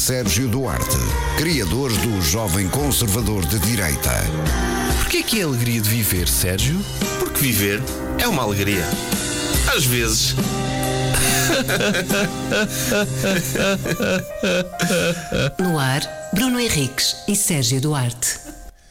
Sérgio Duarte, criador do Jovem Conservador de Direita. Porquê que é a alegria de viver, Sérgio? Porque viver é uma alegria. Às vezes. No ar, Bruno Henriques e Sérgio Duarte.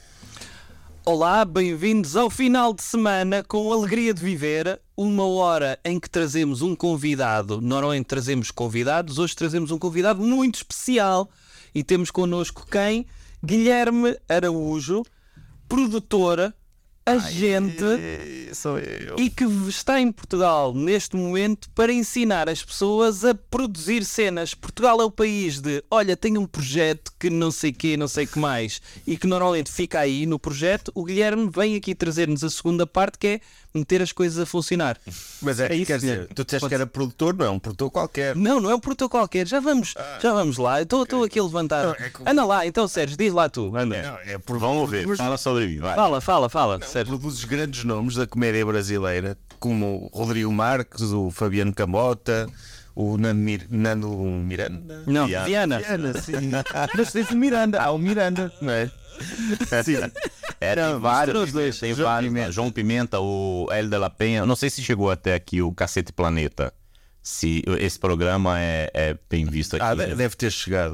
Olá, bem-vindos ao final de semana com alegria de viver, uma hora em que trazemos um convidado. Normalmente trazemos convidados, hoje trazemos um convidado muito especial e temos connosco quem? Guilherme Araújo, produtora, agente, Sou eu. e que está em Portugal neste momento para ensinar as pessoas a produzir cenas. Portugal é o país de, olha, tenho um projeto que não sei quê, não sei que mais, e que normalmente fica aí no projeto. O Guilherme vem aqui trazer-nos a segunda parte, que é meter as coisas a funcionar. Mas é isso, quer dizer, Guilherme. tu disseste Pode que era produtor, não é um produtor qualquer. Não é um produtor qualquer, já vamos lá, estou aqui a levantar. Não, é como- Anda lá, então Sérgio, diz lá tu, anda. Não, é por... Vamos ver, fala sobre mim, vai. Fala, Sérgio. Produzes grandes nomes da comédia brasileira, como o Rodrigo Marques, o Fabiano Camota, o Nando Miranda. Não, Viana. Sim. Mas tens o Miranda, o Miranda, não é? Sim. Tem vários, tem vários. João Pimenta, o Hélio de la Penha. Não sei se chegou até aqui o Cacete Planeta. Se esse programa é bem visto aqui. Deve ter chegado.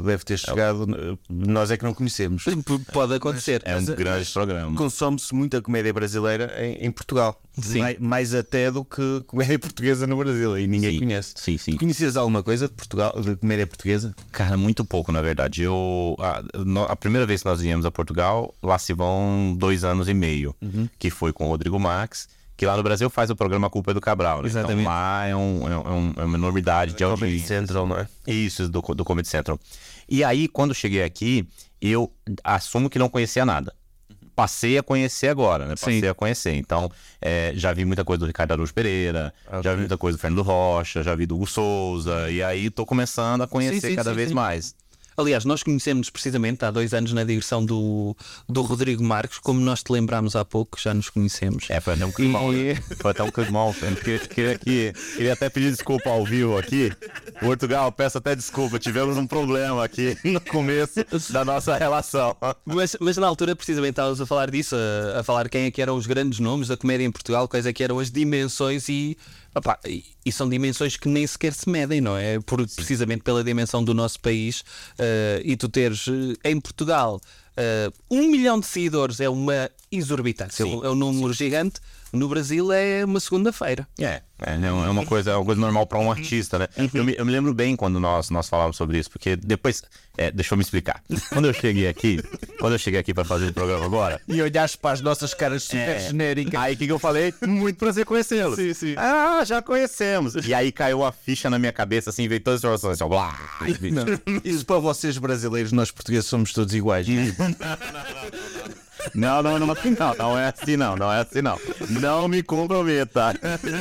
Nós é que não conhecemos. Pode acontecer. É um grande programa. Consome-se muita comédia brasileira em Portugal. Sim. Mais até do que comédia portuguesa no Brasil. E ninguém conhece. Sim. Conhecias alguma coisa de Portugal, de comédia portuguesa? Cara, muito pouco, na verdade. A primeira vez que nós viemos a Portugal, lá se vão 2 anos e meio, que foi com o Rodrigo Marques, que lá no Brasil faz o programa A Culpa é do Cabral, né? Exatamente. Então lá é uma enormidade de Comedy audiência. Central, não é? Isso, do Comedy Central. E aí, quando cheguei aqui, eu assumo que não conhecia nada. Passei a conhecer agora, né? Passei a conhecer. Então, já vi muita coisa do Ricardo Araújo Pereira, já vi muita coisa do Fernando Rocha, já vi do Hugo Souza, e aí tô começando a conhecer cada vez mais. Aliás, nós conhecemos precisamente há 2 anos na digressão do Rodrigo Marques, como nós te lembrámos há pouco, já nos conhecemos. Foi até um climão, né? Foi até um climão. Queria até pedir desculpa ao vivo aqui. Portugal, peço até desculpa, tivemos um problema aqui no começo da nossa relação. Mas na altura, precisamente, estávamos a falar disso, a falar quem é que eram os grandes nomes da comédia em Portugal, quais é que eram as dimensões e são dimensões que nem sequer se medem, não é? Precisamente pela dimensão do nosso país, e tu teres em Portugal 1 milhão de seguidores é uma exorbitância, é um número gigante. No Brasil é uma segunda-feira. É uma coisa normal para um artista, né? Eu me lembro bem quando nós falávamos sobre isso, porque depois, deixa eu me explicar. Quando eu cheguei aqui para fazer o programa agora, E olhaste para as nossas caras super genéricas. aí o que eu falei? Muito prazer conhecê-lo. Sim. Já conhecemos. E aí caiu a ficha na minha cabeça, assim, veio todas as informações, assim, blá. Isso para vocês brasileiros, nós portugueses somos todos iguais. Não é assim não. Não me comprometa.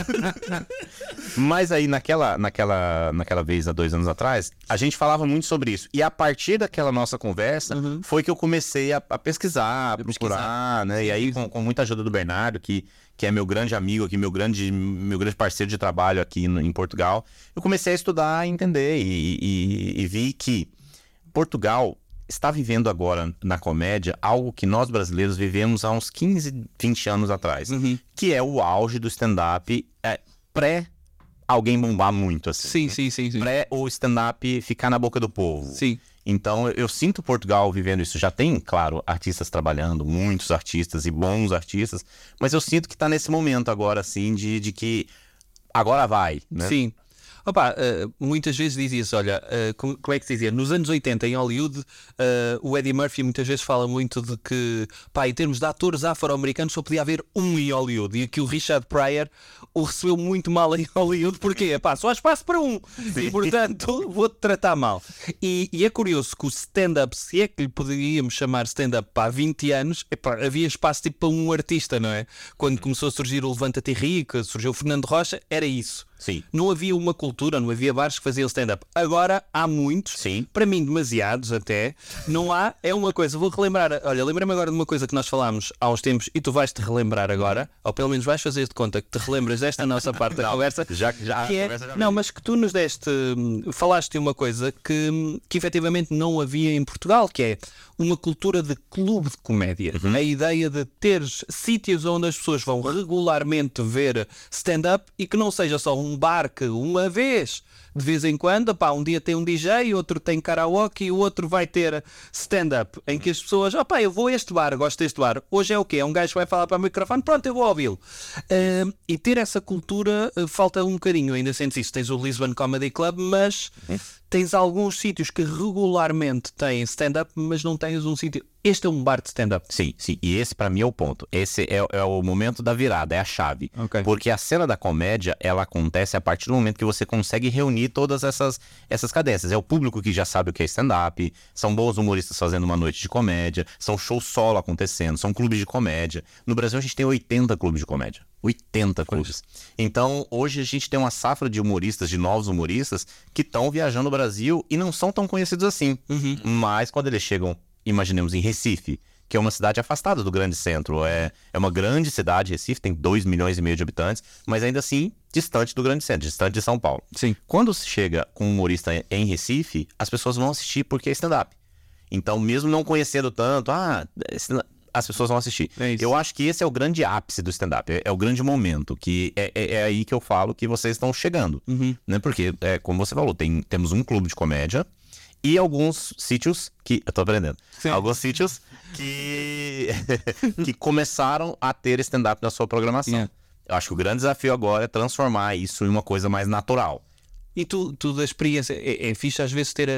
Mas aí naquela vez, há 2 anos atrás, a gente falava muito sobre isso. E a partir daquela nossa conversa, foi que eu comecei a pesquisar, a procurar, né? E aí com muita ajuda do Bernardo, que é meu grande amigo aqui, meu grande parceiro de trabalho aqui em Portugal, eu comecei a estudar, a entender e vi que Portugal está vivendo agora na comédia algo que nós brasileiros vivemos há uns 15, 20 anos atrás, que é o auge do stand-up pré alguém bombar muito, assim. Sim. Pré o stand-up ficar na boca do povo. Sim. Então eu sinto Portugal vivendo isso. Já tem, claro, artistas trabalhando, muitos artistas e bons artistas, mas eu sinto que está nesse momento agora, assim, de que agora vai, né? Sim. Muitas vezes dizia-se, olha, como é que se dizia? Nos anos 80 em Hollywood, o Eddie Murphy muitas vezes fala muito de que, em termos de atores afro-americanos só podia haver um em Hollywood, e que o Richard Pryor o recebeu muito mal em Hollywood, porque só há espaço para um, e portanto vou-te tratar mal. E é curioso que o stand-up, se é que lhe poderíamos chamar stand-up há 20 anos, havia espaço tipo para um artista, não é? Quando começou a surgir o Levanta-te e Ri, surgiu o Fernando Rocha, era isso. Sim. Não havia uma cultura, não havia bares que faziam stand-up. Agora há muitos, Sim. para mim demasiados até. Não há, é uma coisa, vou relembrar, olha, lembrei-me agora de uma coisa que nós falámos há uns tempos e tu vais-te relembrar agora, ou pelo menos vais fazer de conta que te relembras desta nossa parte da conversa. Já que é, a conversa já não, veio. mas que tu nos deste, falaste de uma coisa que efetivamente não havia em Portugal, que é uma cultura de clube de comédia. A ideia de teres sítios onde as pessoas vão regularmente ver stand-up e que não seja só um bar que uma vez, de vez em quando, pá, um dia tem um DJ, outro tem karaoke e o outro vai ter stand-up, em que as pessoas, eu vou a este bar, gosto deste bar. Hoje é o quê? É um gajo que vai falar para o microfone, pronto, eu vou ouvi-lo. E ter essa cultura falta um bocadinho, ainda sentes isso. Tens o Lisbon Comedy Club, mas tens alguns sítios que regularmente têm stand-up, mas não tens um sítio. Este é um bar de stand-up. Sim, sim. E esse pra mim é o ponto. Esse é o momento da virada, é a chave. Ok. Porque a cena da comédia, ela acontece a partir do momento que você consegue reunir todas essas cadências. É o público que já sabe o que é stand-up, são bons humoristas fazendo uma noite de comédia, são shows solo acontecendo, são clubes de comédia. No Brasil a gente tem 80 clubes de comédia. 80 clubes. Então, hoje a gente tem uma safra de humoristas, de novos humoristas, que estão viajando no Brasil e não são tão conhecidos assim. Mas quando eles chegam, imaginemos em Recife, que é uma cidade afastada do grande centro. É uma grande cidade, Recife, tem 2,5 milhões de habitantes, mas ainda assim distante do grande centro, distante de São Paulo. Sim. Quando se chega com um humorista em Recife, as pessoas vão assistir porque é stand-up. Então, mesmo não conhecendo tanto, as pessoas vão assistir. É isso. Eu acho que esse é o grande ápice do stand-up, é o grande momento, que é aí que eu falo que vocês estão chegando. Né? Porque, como você falou, temos um clube de comédia e alguns sítios que... Eu tô aprendendo. Sim. Alguns sítios que começaram a ter stand-up na sua programação. Yeah. Eu acho que o grande desafio agora é transformar isso em uma coisa mais natural. E tu da experiência, é fixe às vezes ter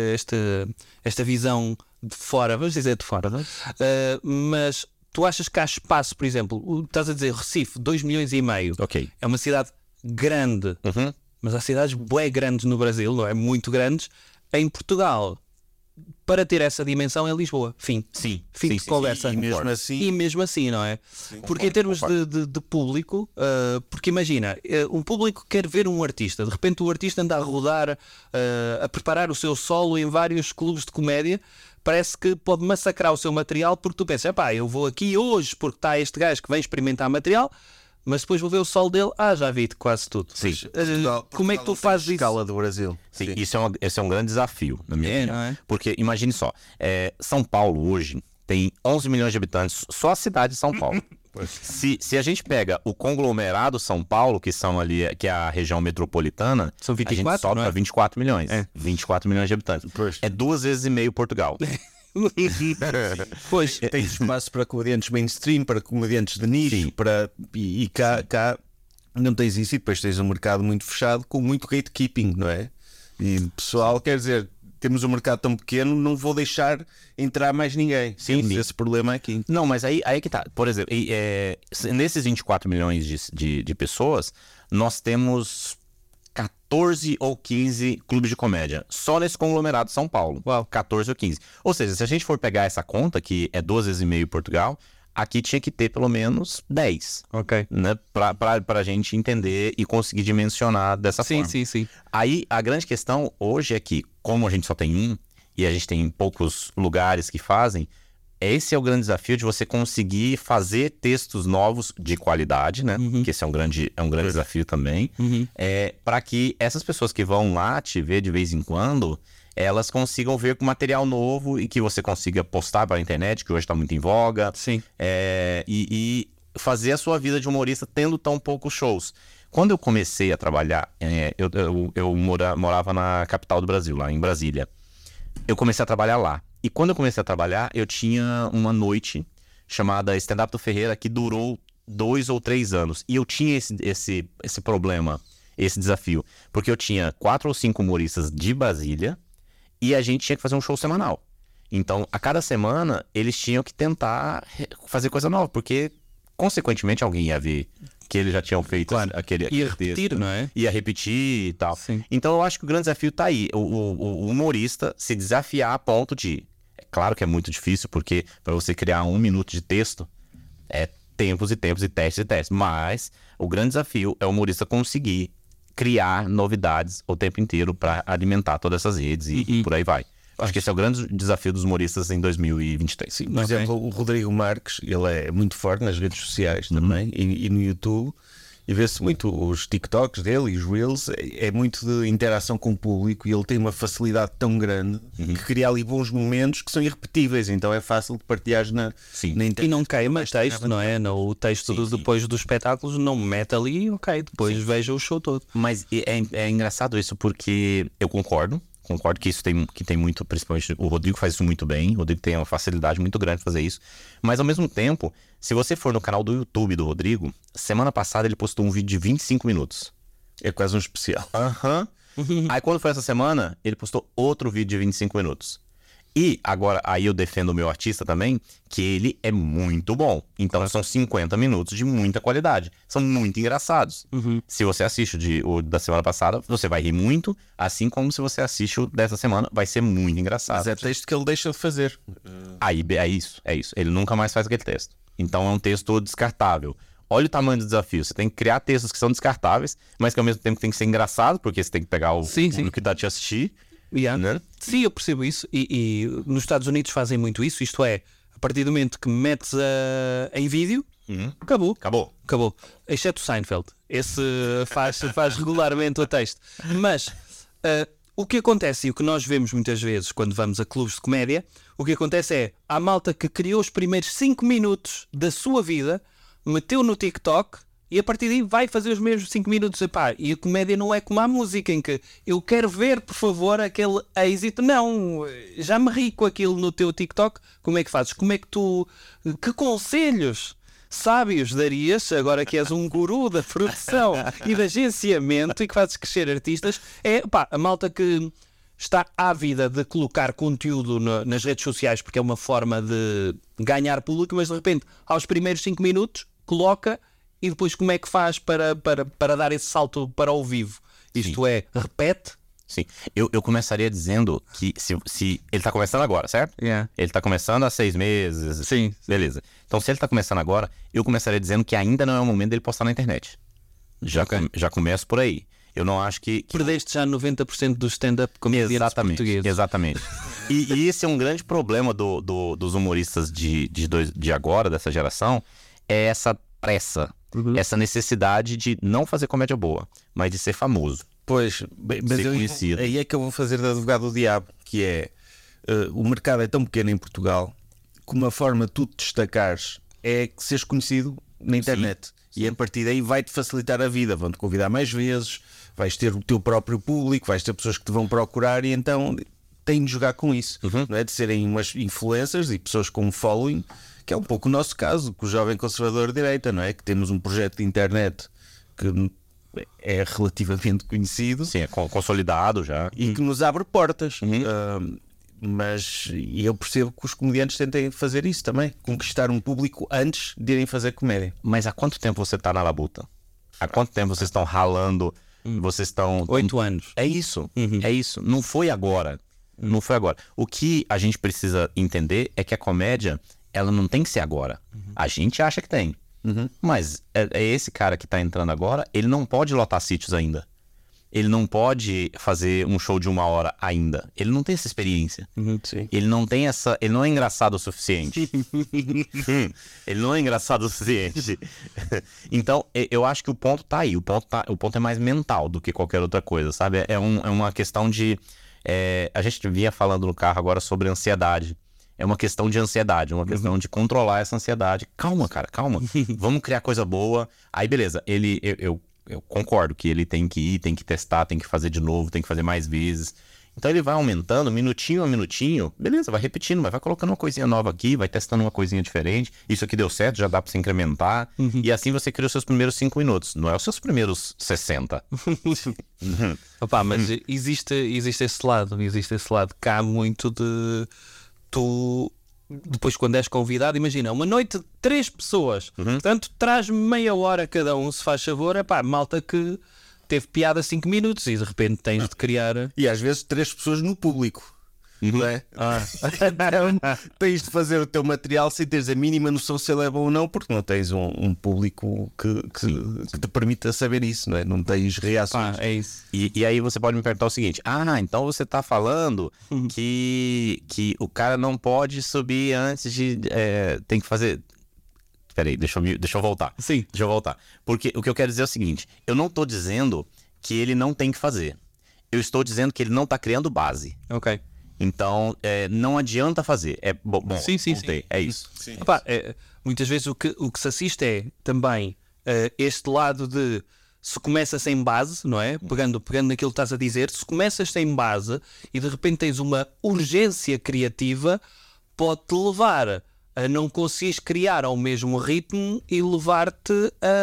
esta visão de fora, vamos dizer de fora, mas tu achas que há espaço, por exemplo, estás a dizer Recife, 2,5 milhões, Ok. é uma cidade grande, mas há cidades bué grandes no Brasil, não é? Muito grandes. Em Portugal, para ter essa dimensão é Lisboa, fim. Sim. Fim de conversa. E mesmo assim, não é? Porque em termos de público, porque imagina, um público quer ver um artista, de repente o artista anda a rodar, a preparar o seu solo em vários clubes de comédia, parece que pode massacrar o seu material porque tu pensas, eu vou aqui hoje porque está este gajo que vem experimentar material, mas depois vou ver o solo dele, já vi quase tudo. Sim. Como é que tu fazes isso? Escala do Brasil. Sim, esse é um grande desafio, na minha opinião. não é? Porque, imagine só, São Paulo hoje tem 11 milhões de habitantes, só a cidade de São Paulo. Se a gente pega o conglomerado São Paulo, que são ali, que é a região metropolitana, São 24, a gente sobe não é? para 24 milhões. 24 milhões de habitantes. Pois. É 2,5 vezes Portugal. Pois, Tem espaço para comediantes mainstream, para comediantes de nicho, Sim. e cá não tens isso, e depois tens um mercado muito fechado com muito gatekeeping, não é? E pessoal, quer dizer, temos um mercado tão pequeno, não vou deixar entrar mais ninguém. Sim, sim. Esse problema aqui. Não, mas aí que tá. Por exemplo, nesses 24 milhões de pessoas, nós temos 14 ou 15 clubes de comédia. Só nesse conglomerado de São Paulo. Uau. 14 ou 15. Ou seja, se a gente for pegar essa conta, que é 2,5 vezes Portugal, aqui tinha que ter pelo menos 10. ok. Né, pra gente entender e conseguir dimensionar dessa forma. Sim. Aí a grande questão hoje é que, como a gente só tem um, e a gente tem poucos lugares que fazem, esse é o grande desafio de você conseguir fazer textos novos de qualidade, né? Que esse é um grande desafio também. Para que essas pessoas que vão lá te ver de vez em quando, elas consigam ver com material novo e que você consiga postar para a internet, que hoje está muito em voga. Sim. E fazer a sua vida de humorista tendo tão poucos shows. Quando eu comecei a trabalhar, eu morava na capital do Brasil, lá em Brasília. Eu comecei a trabalhar lá. E quando eu comecei a trabalhar, eu tinha uma noite chamada Stand Up do Ferreira, que durou 2 ou 3 anos. E eu tinha esse problema, esse desafio. Porque eu tinha 4 ou 5 humoristas de Brasília e a gente tinha que fazer um show semanal. Então, a cada semana, eles tinham que tentar fazer coisa nova, porque, consequentemente, alguém ia ver que eles já tinham feito aquele Ia repetir, texto, não é? Ia repetir e tal. Sim. Então, eu acho que o grande desafio tá aí. O humorista se desafiar a ponto de... É claro que é muito difícil, porque para você criar 1 minuto de texto, é tempos e tempos e testes e testes. Mas o grande desafio é o humorista conseguir criar novidades o tempo inteiro para alimentar todas essas redes e por aí vai. Acho que esse é o grande desafio dos humoristas em 2023. Sim, por exemplo, o Rodrigo Marques, ele é muito forte nas redes sociais também e no YouTube. E vê-se muito os TikToks dele e os Reels, é muito de interação com o público e ele tem uma facilidade tão grande que cria ali bons momentos que são irrepetíveis, então é fácil de partilhar na internet. E não queima texto, não é? O texto depois dos espetáculos não mete ali, ok, depois veja o show todo. Mas é engraçado isso porque eu concordo que isso tem muito, principalmente o Rodrigo faz isso muito bem, o Rodrigo tem uma facilidade muito grande de fazer isso, mas ao mesmo tempo, se você for no canal do YouTube do Rodrigo, semana passada ele postou um vídeo de 25 minutos. É quase um especial. Aí quando foi essa semana, ele postou outro vídeo de 25 minutos. E agora, aí eu defendo o meu artista também, que ele é muito bom. Então são 50 minutos de muita qualidade. São muito engraçados. Se você assiste o da semana passada, você vai rir muito. Assim como se você assiste o dessa semana, vai ser muito engraçado. Mas é texto que ele deixa de fazer. Aí é isso. Ele nunca mais faz aquele texto. Então é um texto descartável. Olha o tamanho do desafio. Você tem que criar textos que são descartáveis, mas que ao mesmo tempo tem que ser engraçado, porque você tem que pegar o público que dá te assistir. Né? Sim, eu percebo isso e nos Estados Unidos fazem muito isso, isto é, a partir do momento que metes em vídeo, acabou. Exceto o Seinfeld, esse faz regularmente o texto. Mas o que acontece e o que nós vemos muitas vezes quando vamos a clubes de comédia, o que acontece é, a malta que criou os primeiros 5 minutos da sua vida, meteu no TikTok e a partir daí vai fazer os mesmos 5 minutos. Epá, e a comédia não é como a música, em que eu quero ver, por favor, aquele êxito. Não, já me ri com aquilo no teu TikTok. Como é que fazes? Que conselhos sábios darias, agora que és um guru da produção e de agenciamento e que fazes crescer artistas? A malta que está ávida de colocar conteúdo nas redes sociais, porque é uma forma de ganhar público, mas de repente, aos primeiros 5 minutos, coloca... E depois como é que faz para dar esse salto para o vivo? Isto é, repete? Sim. Eu começaria dizendo que se ele está começando agora, certo? Yeah. Ele está começando há 6 meses. Sim. Beleza. Então se ele está começando agora, eu começaria dizendo que ainda não é o momento dele postar na internet. Já começo por aí. Eu não acho que... Perdeste já 90% do stand-up comediantes portugueses. Exatamente. E esse é um grande problema dos humoristas de agora, dessa geração, é essa pressa. Essa necessidade de não fazer comédia boa, mas de ser famoso. Pois, mas aí é que eu vou fazer de advogado do diabo, que é o mercado é tão pequeno em Portugal que uma forma de tu te destacares é que seres conhecido na internet. Sim. E a partir daí vai-te facilitar a vida, vão-te convidar mais vezes, vais ter o teu próprio público, vais ter pessoas que te vão procurar e então tem de jogar com isso, não é? De serem umas influencers e pessoas com um following, que é um pouco o nosso caso, com o Jovem Conservador de Direita, não é? Que temos um projeto de internet que é relativamente conhecido. Sim, é consolidado já. E que nos abre portas. Mas eu percebo que os comediantes tentem fazer isso também, conquistar um público antes de irem fazer comédia. Mas há quanto tempo você está na labuta? Há quanto tempo vocês estão ralando? Vocês estão... 8 anos. É isso, é isso. Não foi agora. Não foi agora. O que a gente precisa entender é que a comédia... ela não tem que ser agora. A gente acha que tem. Mas é esse cara que tá entrando agora, ele não pode lotar sítios ainda. Ele não pode fazer um show de 1 hora ainda. Ele não tem essa experiência. Ele não tem essa... ele não é engraçado o suficiente. Ele não é engraçado o suficiente. Então, eu acho que o ponto tá aí. O ponto é mais mental do que qualquer outra coisa, sabe? É uma questão de... a gente vinha falando no carro agora sobre ansiedade. É uma questão de ansiedade, uma questão de controlar essa ansiedade. Calma, cara, calma. Vamos criar coisa boa. Aí, beleza, eu concordo que ele tem que ir, tem que testar, tem que fazer de novo, tem que fazer mais vezes. Então ele vai aumentando, minutinho a minutinho. Beleza, vai repetindo, mas vai colocando uma coisinha nova aqui, vai testando uma coisinha diferente. Isso aqui deu certo, já dá pra você incrementar. E assim você cria os seus primeiros 5 minutos. Não é os seus primeiros 60. Opa, mas existe esse lado. Cá há muito de... Tu, depois quando és convidado, imagina, uma noite de 3 pessoas, portanto traz-me meia hora cada um, se faz favor, malta que teve piada 5 minutos e de repente tens de criar... E às vezes 3 pessoas no público. não é? Então, tens de fazer o teu material sem teres a mínima noção se ele é bom ou não, porque não tens um público que te permita saber isso, não é? Não tens reações. É isso. E aí você pode me perguntar o seguinte: então você tá falando que o cara não pode subir antes de. Tem que fazer. Peraí, deixa eu voltar. Sim. Deixa eu voltar. Porque o que eu quero dizer é o seguinte: eu não tô dizendo que ele não tem que fazer. Eu estou dizendo que ele não tá criando base. Ok. Então, não adianta fazer. Bom, Sim. é isso. Epá, muitas vezes o que se assiste é também este lado de se começa sem base, não é? Pegando naquilo que estás a dizer, se começas sem base e de repente tens uma urgência criativa, pode-te levar a não conseguires criar ao mesmo ritmo e levar-te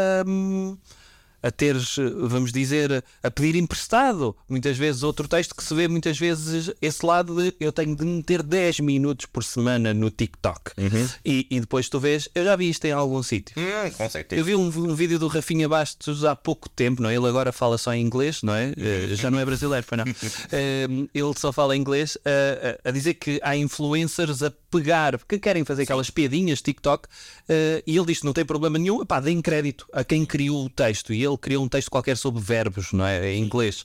a teres, vamos dizer, a pedir emprestado. Muitas vezes outro texto que se vê muitas vezes esse lado de eu tenho de meter 10 minutos por semana no TikTok. E depois tu vês, eu já vi isto em algum sítio. Com certeza. Eu vi um vídeo do Rafinha Bastos há pouco tempo, não é? Ele agora fala só em inglês, não é? Já não é brasileiro, foi não. Ele só fala em inglês, a dizer que há influencers a pegar, porque querem fazer aquelas piadinhas TikTok, e ele diz que não tem problema nenhum, pá, deem crédito a quem criou o texto. E ele criou um texto qualquer sobre verbos, não é? Em inglês.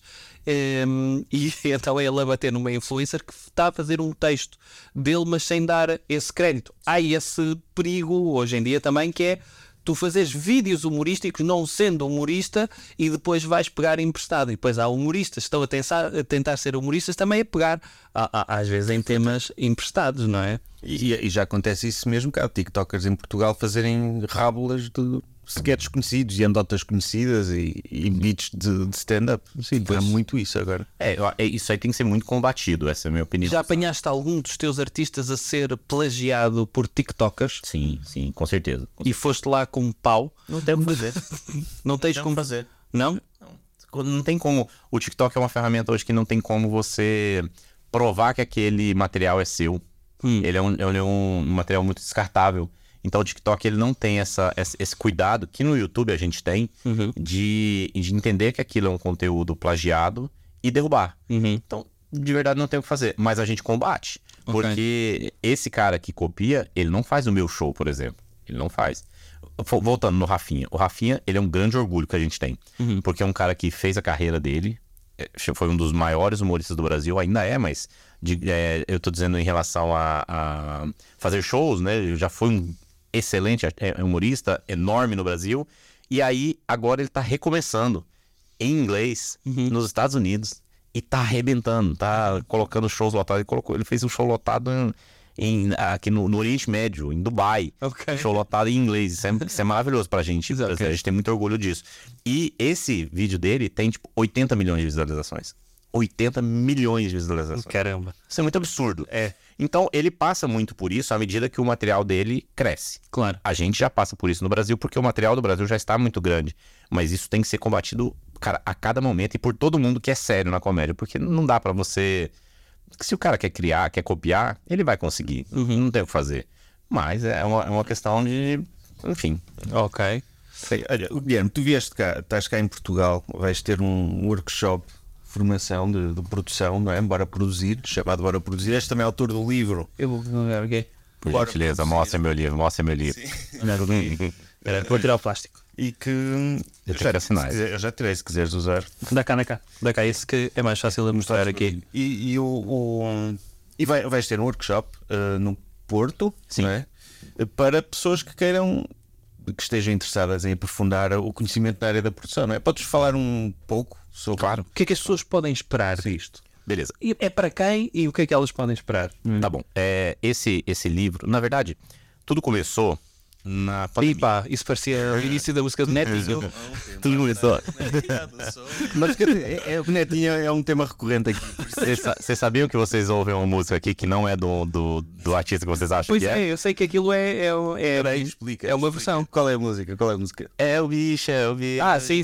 E então é ele a bater numa influencer que está a fazer um texto dele, mas sem dar esse crédito. Há esse perigo hoje em dia também, que é tu fazeres vídeos humorísticos não sendo humorista e depois vais pegar emprestado. E depois há humoristas que estão a tentar ser humoristas também a pegar, às vezes, em temas emprestados, não é? E já acontece isso mesmo, que há tiktokers em Portugal fazerem rábulas de sketches conhecidos e anedotas conhecidas e beats de stand-up. Sim, há muito isso agora. Isso aí tem que ser muito combatido, essa é a minha opinião. Já apanhaste algum dos teus artistas a ser plagiado por tiktokers? Sim, com certeza. E foste lá com um pau? Não tem como fazer. Não tens como fazer. Não? Não tem como. O TikTok é uma ferramenta hoje que não tem como você provar que aquele material é seu. Ele é um material muito descartável. Então o TikTok ele não tem esse cuidado que no YouTube a gente tem de entender que aquilo é um conteúdo plagiado e derrubar. Então, de verdade, não tem o que fazer. Mas a gente combate. Porque esse cara que copia, ele não faz o meu show, por exemplo. Ele não faz. Voltando no Rafinha. O Rafinha, ele é um grande orgulho que a gente tem. Porque é um cara que fez a carreira dele. Foi um dos maiores humoristas do Brasil. Ainda é, mas eu tô dizendo em relação a fazer shows, né? Ele já foi um excelente humorista, enorme no Brasil. E aí, agora ele tá recomeçando em inglês nos Estados Unidos e tá arrebentando, tá colocando shows lotados. Ele fez um show lotado aqui no Oriente Médio, em Dubai. Show lotado em inglês. Isso é maravilhoso pra gente. A gente tem muito orgulho disso. E esse vídeo dele tem tipo 80 milhões de visualizações. 80 milhões de visualizações. Caramba. Isso é muito absurdo. Então, ele passa muito por isso à medida que o material dele cresce. Claro. A gente já passa por isso no Brasil, porque o material do Brasil já está muito grande. Mas isso tem que ser combatido, cara, a cada momento e por todo mundo que é sério na comédia. Porque não dá pra você... Se o cara quer criar, quer copiar, ele vai conseguir. Não tem o que fazer. Mas é uma questão de... Enfim. Ok. Olha, Guilherme, tu vieste cá, estás cá em Portugal, vais ter um workshop... formação de produção, não é? Bora Produzir, chamado Bora Produzir. Este também é autor do livro. Eu vou ver. Por gentileza, mostra meu livro. Vou tirar o plástico. E que eu já assinar. Eu já tirei, se quiseres usar. Dá cá, esse que é mais fácil de mostrar aqui. E vais ter um workshop no Porto, não é? Para pessoas que queiram, que estejam interessadas em aprofundar o conhecimento na área da produção, não é? Podes falar um pouco sobre... Claro. O que é que as pessoas podem esperar disto? Beleza. E é para quem e o que é que elas podem esperar? Tá bom. Esse livro, na verdade, tudo começou na pandemia. Pá, isso parecia o início da música do Netinho. Tudo começou. Mas o Netinho é um tema recorrente aqui. Vocês sabiam que vocês ouvem uma música aqui que não é do artista que vocês acham Pois que é? eu sei que aquilo Explica. é uma versão. Qual é a música? É o bicho, é o bicho. Sim.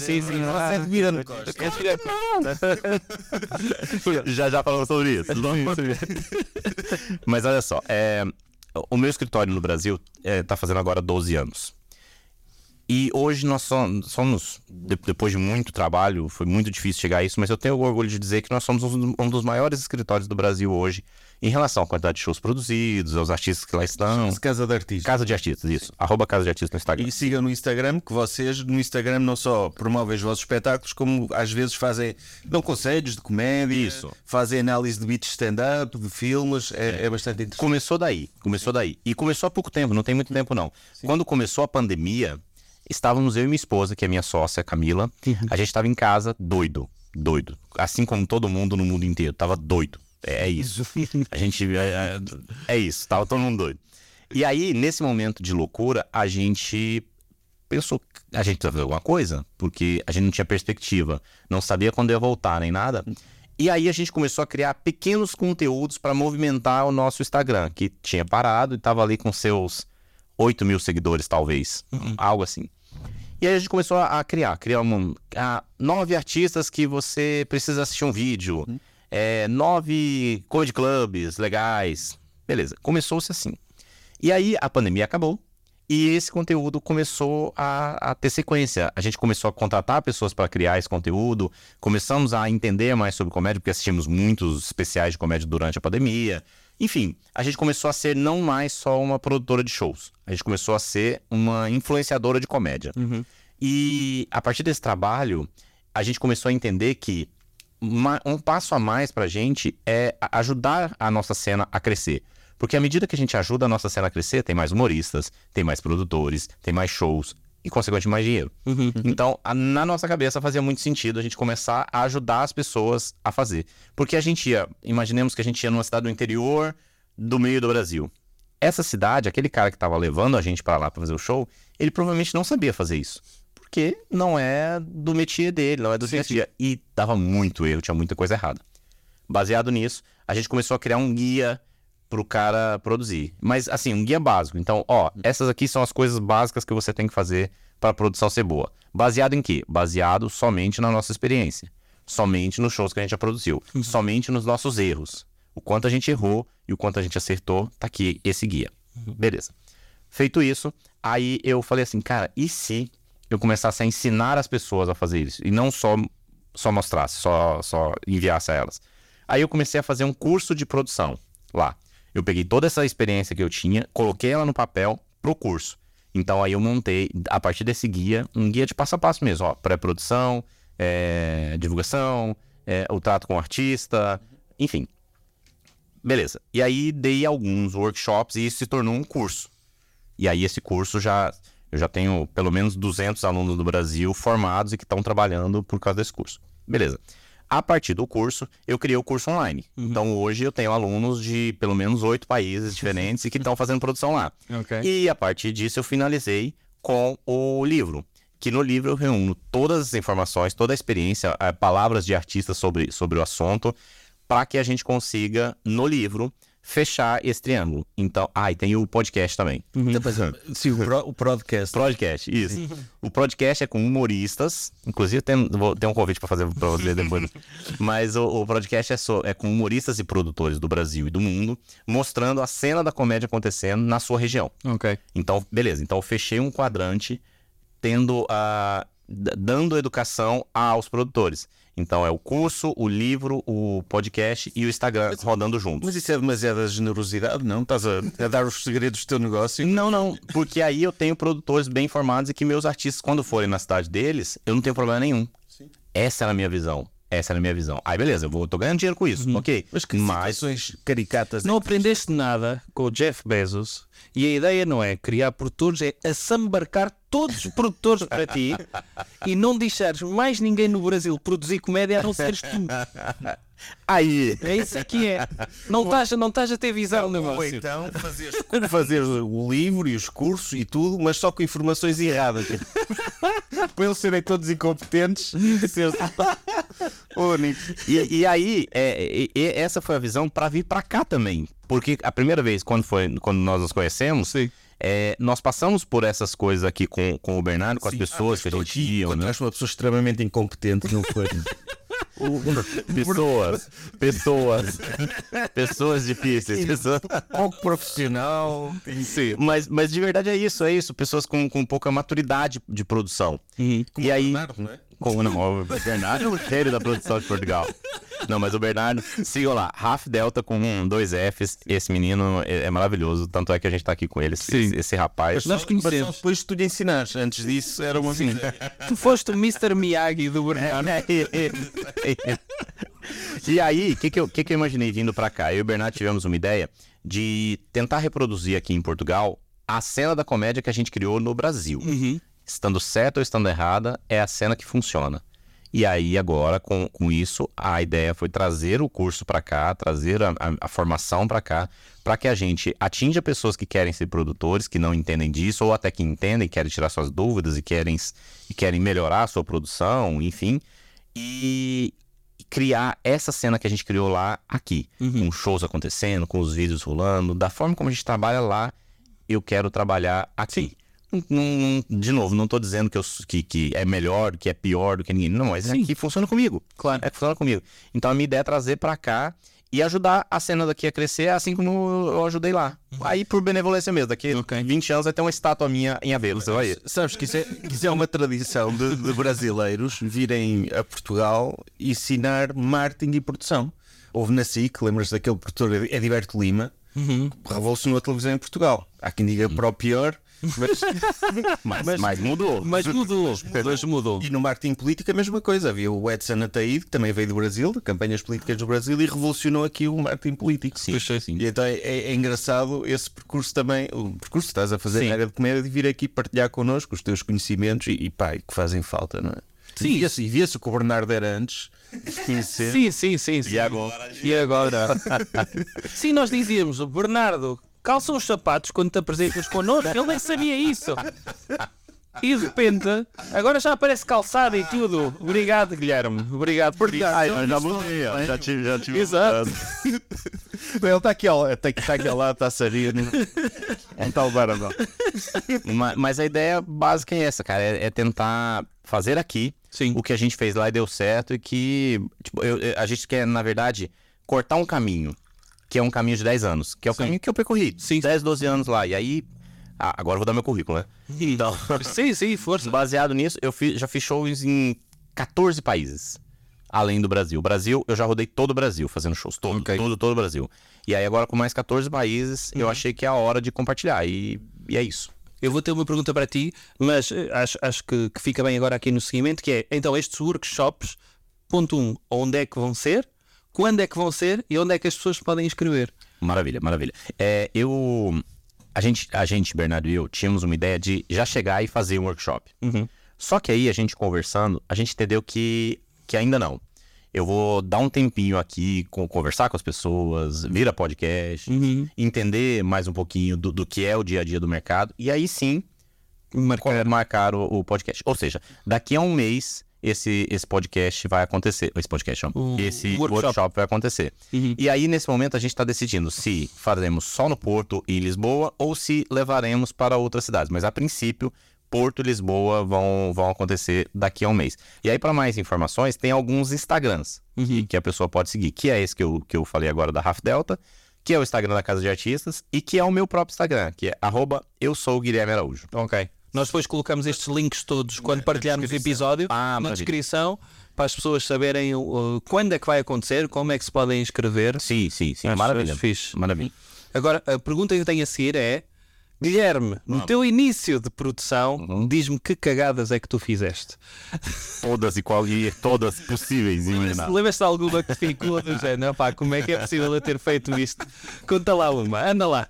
Já falamos sobre isso. Mas olha só, o meu escritório no Brasil tá fazendo agora 12 anos. E hoje nós somos, depois de muito trabalho, foi muito difícil chegar a isso, mas eu tenho orgulho de dizer que nós somos um dos maiores escritórios do Brasil hoje, em relação à quantidade de shows produzidos, aos artistas que lá estão. Casa de Artistas. Casa de Artistas, isso. @Casa de Artistas no Instagram. E sigam no Instagram, que vocês no Instagram não só promovem os vossos espetáculos, como às vezes dão conselhos de comédia, Isso. fazem análise de beats stand-up, de filmes, é bastante interessante. Começou daí. E começou há pouco tempo, não tem muito tempo não. Sim. Quando começou a pandemia, estávamos eu e minha esposa, que é minha sócia, Camila, a gente estava em casa doido. Assim como todo mundo no mundo inteiro, tava doido. É isso. A gente. É isso, tava todo mundo doido. E aí, nesse momento de loucura, a gente pensou que a gente precisava fazer alguma coisa, porque a gente não tinha perspectiva, não sabia quando ia voltar nem nada. E aí a gente começou a criar pequenos conteúdos para movimentar o nosso Instagram, que tinha parado e tava ali com seus 8 mil seguidores, talvez. Algo assim. E aí a gente começou a criar 9 artistas que você precisa assistir um vídeo. 9 comedy clubs legais. Beleza, começou-se assim. E aí a pandemia acabou e esse conteúdo começou a ter sequência. A gente começou a contratar pessoas para criar esse conteúdo, começamos a entender mais sobre comédia, porque assistimos muitos especiais de comédia durante a pandemia. Enfim, a gente começou a ser não mais só uma produtora de shows, a gente começou a ser uma influenciadora de comédia. E a partir desse trabalho, a gente começou a entender que um passo a mais pra gente é ajudar a nossa cena a crescer. Porque à medida que a gente ajuda a nossa cena a crescer, tem mais humoristas, tem mais produtores, tem mais shows e, consequentemente, mais dinheiro. Então, na nossa cabeça fazia muito sentido a gente começar a ajudar as pessoas a fazer. Porque imaginemos que a gente ia numa cidade do interior do meio do Brasil. Essa cidade, aquele cara que estava levando a gente para lá para fazer o show, ele provavelmente não sabia fazer isso. Porque não é do métier dele, não é do dia a dia. E dava muito erro, tinha muita coisa errada. Baseado nisso, a gente começou a criar um guia pro cara produzir. Mas, assim, um guia básico. Então, essas aqui são as coisas básicas que você tem que fazer para a produção ser boa. Baseado em quê? Baseado somente na nossa experiência. Somente nos shows que a gente já produziu. Somente nos nossos erros. O quanto a gente errou e o quanto a gente acertou, tá aqui esse guia. Beleza. Feito isso, aí eu falei assim, cara, e se eu começasse a ensinar as pessoas a fazer isso? E não só mostrasse, só enviasse a elas. Aí eu comecei a fazer um curso de produção lá. Eu peguei toda essa experiência que eu tinha, coloquei ela no papel pro curso. Então aí eu montei, a partir desse guia, um guia de passo a passo mesmo. Pré-produção, divulgação, o trato com o artista, enfim. Beleza. E aí dei alguns workshops e isso se tornou um curso. E aí esse curso eu já tenho pelo menos 200 alunos do Brasil formados e que estão trabalhando por causa desse curso. Beleza. A partir do curso, eu criei o curso online. Então hoje eu tenho alunos de pelo menos 8 países diferentes e que estão fazendo produção lá. E a partir disso eu finalizei com o livro. Que no livro eu reúno todas as informações, toda a experiência, palavras de artistas sobre o assunto, para que a gente consiga, no livro, fechar esse triângulo. Então, e tem o podcast também. Sim, o podcast. Podcast, isso. O podcast é com humoristas. Inclusive, tem um convite para fazer para você depois. Mas o podcast é com humoristas e produtores do Brasil e do mundo, mostrando a cena da comédia acontecendo na sua região. Então, beleza. Então, eu fechei um quadrante dando educação aos produtores. Então é o curso, o livro, o podcast e o Instagram rodando juntos. Mas isso é demasiada generosidade, não? Estás a dar os segredos do teu negócio? Não. Porque aí eu tenho produtores bem informados e que meus artistas, quando forem na cidade deles, eu não tenho problema nenhum. Essa era a minha visão. Aí beleza, eu tô ganhando dinheiro com isso, ok? Mas que situações caricatas. Não aprendeste nada com o Jeff Bezos e a ideia não é criar produtores, é assambarcar todos os produtores para ti e não deixares mais ninguém no Brasil produzir comédia a não seres tu. Aí. É isso que é. Não estás a ter visão no Ou negócio. então fazer o livro e os cursos e tudo, mas só com informações erradas. Para eles serem todos incompetentes. E aí, essa foi a visão para vir para cá também. Porque a primeira vez, quando nós nos conhecemos, nós passamos por essas coisas aqui com o Bernardo, com as pessoas que a gente ia. Acho uma pessoa extremamente incompetente, não foi? Pessoas difíceis. Pouco profissional. Sim. Mas de verdade é isso. Pessoas com pouca maturidade de produção. E aí... Bernardo, não é? O Bernardo é o cheiro da produção de Portugal. Não, mas o Bernardo, sigam lá, Raf Delta com 2 Fs. Esse menino é maravilhoso. Tanto é que a gente tá aqui com ele, esse rapaz. Nós conhecemos. Mas depois tu lhe ensinaste. Antes disso era uma vida. Tu foste o Mr. Miyagi do Bernardo. E aí, o que eu imaginei vindo pra cá? Eu e o Bernardo tivemos uma ideia de tentar reproduzir aqui em Portugal a cena da comédia que a gente criou no Brasil. Estando certa ou estando errada, é a cena que funciona. E aí agora, com isso, a ideia foi trazer o curso para cá, trazer a formação para cá, para que a gente atinja pessoas que querem ser produtores, que não entendem disso, ou até que entendem, querem tirar suas dúvidas e querem melhorar a sua produção, enfim. E criar essa cena que a gente criou lá aqui, com shows acontecendo, com os vídeos rolando, da forma como a gente trabalha lá, eu quero trabalhar aqui. De novo, não tô dizendo que é melhor, que é pior do que ninguém. Não, mas aqui funciona comigo. Claro. Funciona comigo. Então a minha ideia é trazer pra cá e ajudar a cena daqui a crescer, assim como eu ajudei lá. Aí por benevolência mesmo, daqui 20 anos vai ter uma estátua minha em Aveiro, você vai ver. Sabes que isso é uma tradição de brasileiros virem a Portugal e ensinar marketing e produção. Houve na SIC, lembras daquele produtor Ediberto Lima, que revolucionou a televisão em Portugal. Há quem diga para o pior, mas mudou. Mas mudou. E no marketing político a mesma coisa. Havia o Edson Ataíde, que também veio do Brasil, de campanhas políticas do Brasil, e revolucionou aqui o marketing político. Sim. E então é engraçado esse percurso também, o percurso que estás a fazer na área de comédia, de vir aqui partilhar connosco os teus conhecimentos e pá, que fazem falta, não é? Sim. E via-se o que o Bernardo era antes. Sim. E agora? Sim, nós dizíamos, o Bernardo calça os sapatos quando te apresentas connosco, ele nem sabia isso. E de repente, agora já aparece calçado e tudo. Obrigado, Guilherme. Obrigado por isso. Já mudei, já tive. Exato. Ele está aqui ao lado, está-se a rir. Não está a levar a mão. Mas a ideia básica é essa, cara. É tentar fazer aqui o que a gente fez lá e deu certo. E que a gente quer, na verdade, cortar um caminho. Que é um caminho de 10 anos. Que é o caminho que eu percorri. 10, 12 anos lá. E aí... agora eu vou dar meu currículo, né? Então, sim, força. Baseado nisso, já fiz shows em 14 países. Além do Brasil. Brasil, eu já rodei todo o Brasil, fazendo shows. Todo o Brasil. E aí agora com mais 14 países, eu achei que é a hora de compartilhar. E é isso. Eu vou ter uma pergunta para ti, mas acho que fica bem agora aqui no seguimento, que é, então, estes workshops, ponto 1, onde é que vão ser? Quando é que vão ser? E onde é que as pessoas podem inscrever? Maravilha. A gente, Bernardo e eu, tínhamos uma ideia de já chegar e fazer um workshop. Só que aí, a gente conversando, a gente entendeu que ainda não. Eu vou dar um tempinho aqui, conversar com as pessoas, vir a podcast, entender mais um pouquinho do que é o dia a dia do mercado. E aí sim, marcar o podcast. Ou seja, daqui a um mês... Esse podcast vai acontecer. Esse workshop vai acontecer. E aí, nesse momento, a gente está decidindo se faremos só no Porto e Lisboa ou se levaremos para outras cidades. Mas, a princípio, Porto e Lisboa vão acontecer daqui a um mês. E aí, para mais informações, tem alguns Instagrams que a pessoa pode seguir. Que é esse que eu falei agora da Raf Delta, que é o Instagram da Casa de Artistas e que é o meu próprio Instagram, que é @EuSouGuilhermeAraújo. Ok. Nós depois colocamos estes links todos quando partilharmos o episódio na descrição, para as pessoas saberem quando é que vai acontecer, como é que se podem inscrever. Sim. Maravilha. Maravilha. Agora, a pergunta que eu tenho a seguir é: Guilherme, no teu início de produção, diz-me que cagadas é que tu fizeste? Todas possíveis. Lembras-te de alguma que ficou do género? Pá, como é que é possível eu ter feito isto? Conta lá uma, anda lá.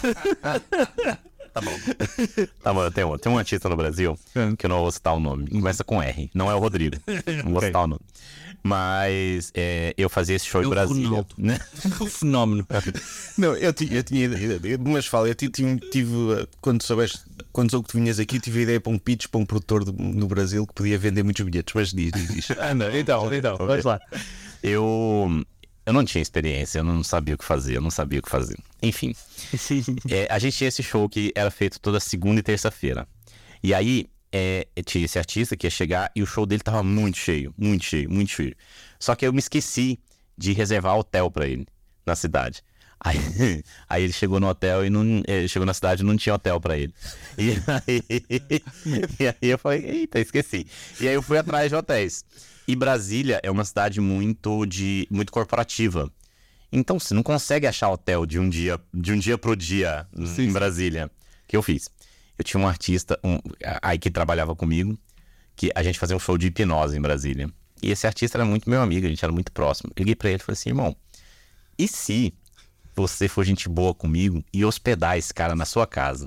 Tá bom, tem um artista no Brasil que eu não vou citar o nome. Começa com R, não é o Rodrigo. Não vou citar o nome. Mas eu fazia esse show em Brasília. O fenómeno. Não, eu tinha mas fala, eu tive quando soube que tu vinhas aqui, tive a ideia para um pitch para um produtor no Brasil que podia vender muitos bilhetes. Mas diz. Anda, então, vamos lá. Eu não tinha experiência, eu não sabia o que fazer, Enfim, a gente tinha esse show que era feito toda segunda e terça-feira. E aí, tinha esse artista que ia chegar e o show dele tava muito cheio, muito cheio, muito cheio. Só que eu me esqueci de reservar hotel pra ele na cidade. Aí ele chegou no hotel ele chegou na cidade e não tinha hotel pra ele. E aí eu falei, eita, esqueci. E aí eu fui atrás de hotéis. E Brasília é uma cidade muito corporativa. Então você não consegue achar hotel de um dia pro dia em Brasília. O que eu fiz? Eu tinha um artista aí que trabalhava comigo, que a gente fazia um show de hipnose em Brasília. E esse artista era muito meu amigo, a gente era muito próximo. Eu liguei pra ele e falei assim, irmão, e se você for gente boa comigo e hospedar esse cara na sua casa?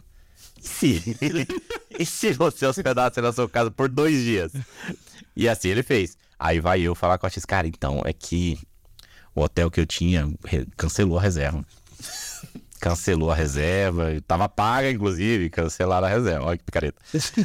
E se você hospedasse na sua casa por 2 dias? E assim ele fez. Aí vai eu falar com o artista, cara, então, é que o hotel que eu tinha cancelou a reserva. Cancelou a reserva, tava paga, inclusive, cancelaram a reserva. Olha que picareta.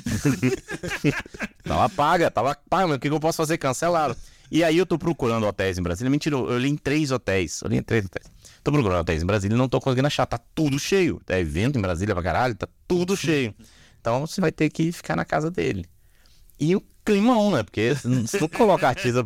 tava paga, mas o que eu posso fazer? Cancelaram. E aí eu tô procurando hotéis em Brasília. Mentira, eu olhei em 3 hotéis. Tô procurando hotéis em Brasília e não tô conseguindo achar. Tá tudo cheio. É evento em Brasília pra caralho, tá tudo cheio. Então você vai ter que ficar na casa dele. E o climão, né? Porque se não colocar artista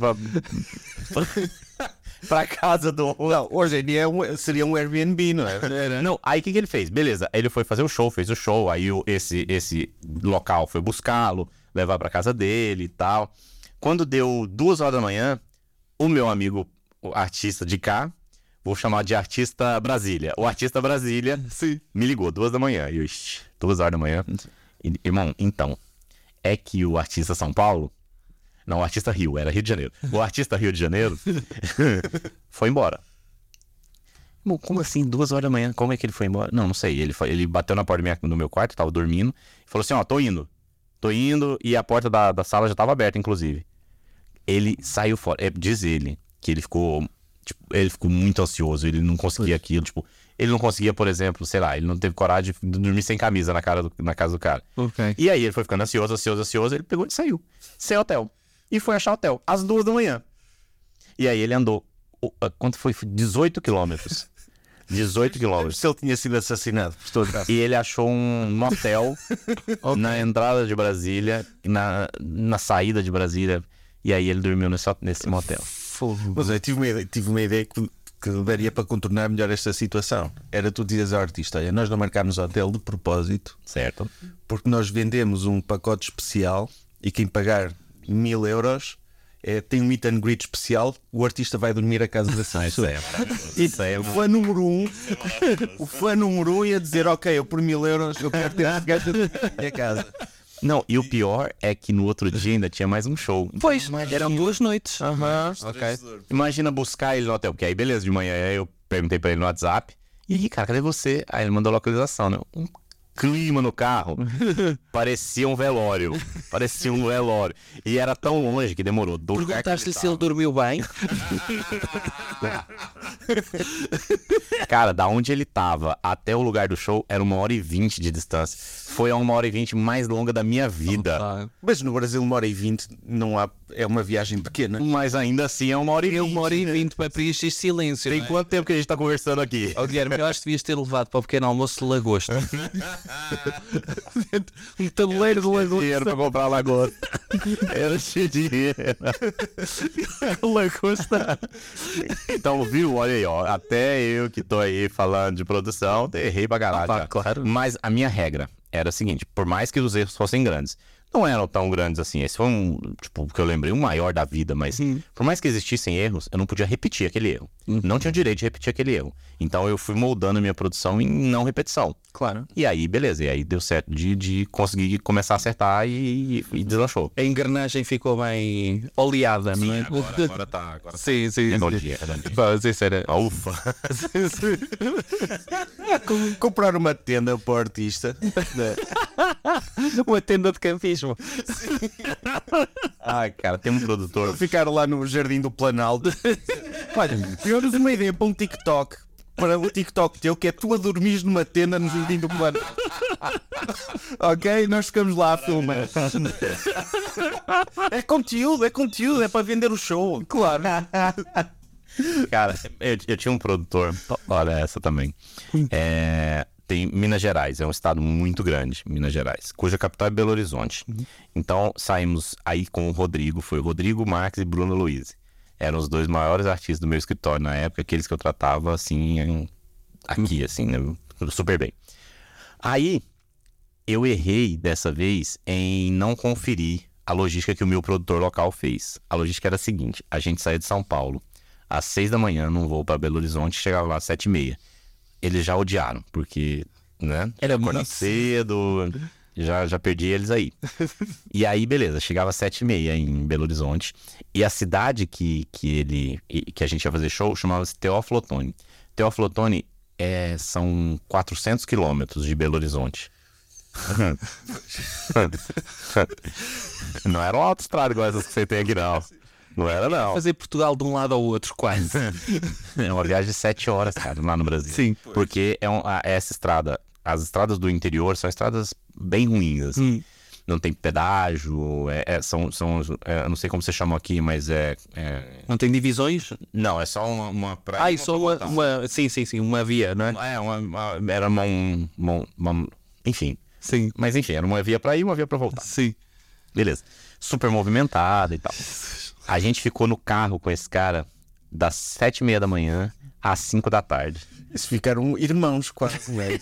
pra casa do... Não, hoje em dia seria um Airbnb, não é? Não, aí o que ele fez? Beleza, ele foi fazer o show, fez o show. Aí esse local foi buscá-lo, levar pra casa dele e tal. Quando deu 2 horas da manhã, o meu amigo, o artista de cá, vou chamar de artista Brasília. O artista Brasília me ligou 2 da manhã. E eu, 2 horas da manhã. Irmão, então, é que o artista São Paulo... Não, o artista Rio, era Rio de Janeiro. O artista Rio de Janeiro foi embora. Bom, como assim, 2 horas da manhã? Como é que ele foi embora? Não sei. Ele bateu na porta do meu quarto, eu tava dormindo. E falou assim, ó, tô indo. E a porta da sala já tava aberta, inclusive. Ele saiu fora. Diz ele que ele ficou muito ansioso. Ele não conseguia aquilo, ele não conseguia, por exemplo, sei lá, ele não teve coragem de dormir sem camisa na casa do cara. Okay. E aí ele foi ficando ansioso, ele pegou e saiu. Sem hotel. E foi achar hotel, às 2 da manhã. E aí ele andou, quanto foi? 18 quilômetros. 18 quilômetros. Se ele tinha sido assassinado. E ele achou um motel na entrada de Brasília, na saída de Brasília. E aí ele dormiu nesse motel. Mas eu tive uma ideia que daria para contornar melhor esta situação. Era tu dizeres ao artista, olha, nós não marcámos hotel de propósito. Certo. Porque nós vendemos um pacote especial e quem pagar 1.000 euros tem um meet and greet especial. O artista vai dormir à casa da pessoa. Isso é o fã número 1. O fã número 1 ia dizer, ok, eu por 1.000 euros eu quero ter esse gajo na minha casa. Não, e o pior é que no outro dia ainda tinha mais um show. Pois, eram 2 noites. Ok. Imagina buscar ele no hotel, porque aí beleza, de manhã eu perguntei pra ele no WhatsApp. E aí, cara, cadê você? Aí ele mandou a localização, né? Um clima no carro. Parecia um velório. E era tão longe que demorou. Perguntaste-lhe se ele dormiu bem. Cara, da onde ele tava até o lugar do show era 1h20 de distância. Foi a 1h20 mais longa da minha vida. Mas no Brasil 1h20 não há, é uma viagem pequena. Mas ainda assim é 1h20. 1h20 para preencher silêncio. Tem quanto tempo que a gente tá conversando aqui? Guilherme, eu acho que devias ter levado para o pequeno almoço de lagosta. Um tabuleiro de lagosta. Dinheiro para comprar lagosta. Era cheio de dinheiro. Lagosta. Então, viu? Olha aí, ó. Até eu que tô aí falando de produção, errei pra caralho. Claro. Mas a minha regra era a seguinte: por mais que os erros fossem grandes, não eram tão grandes assim. Esse foi o que eu lembrei, o maior da vida, mas por mais que existissem erros, eu não podia repetir aquele erro. Não tinha o direito de repetir aquele erro. Então eu fui moldando a minha produção em não repetição. Claro. E aí, beleza. E aí deu certo de conseguir começar a acertar e deslanchou. A engrenagem ficou bem oleada, não é? Agora tá. Sim. Redondinha. Isso era. Ufa. Comprar uma tenda para o artista. Uma tenda de campismo. Ai, cara, tem um produtor. Ficar lá no Jardim do Planalto. Olha, eu uso uma ideia para um TikTok. Para o TikTok teu, que é tu a dormires numa tenda no Jardim do Planalto. Ok? Nós ficamos lá a filmar. É conteúdo, é para vender o show. Claro. Cara, eu tinha um produtor. Olha essa também. tem Minas Gerais, é um estado muito grande, Minas Gerais, cuja capital é Belo Horizonte. Então saímos aí com o Rodrigo, foi o Rodrigo Marques e Bruno Luiz. Eram os 2 maiores artistas do meu escritório na época, aqueles que eu tratava assim, aqui, assim, né? Super bem. Aí eu errei dessa vez em não conferir a logística que o meu produtor local fez. A logística era a seguinte: a gente saía de São Paulo às 6 da manhã num voo para Belo Horizonte, chegava lá às 7h30. Eles já odiaram, porque, né? Era acordar muito cedo, já perdi eles aí. E aí, beleza, chegava às 7h30 em Belo Horizonte. E a cidade que a gente ia fazer show chamava-se Teófilo Otoni. Teófilo Otoni são 400 quilômetros de Belo Horizonte. Não era uma autoestrada igual essas que você tem aqui, não. Não era, não. Fazer Portugal de um lado ao outro, quase. É uma viagem de 7 horas, cara, lá no Brasil. Sim. Porque essa estrada, as estradas do interior são estradas bem ruins, assim. Não tem pedágio, eu não sei como você chamou aqui, mas Não tem divisões? Não, é só uma praia. Só uma... Sim, uma via, não é? Era enfim. Sim. Mas enfim, era uma via pra ir e uma via pra voltar. Sim. Beleza. Super movimentada e tal. A gente ficou no carro com esse cara das 7h30 da manhã às 5 da tarde. Eles ficaram irmãos quase, né?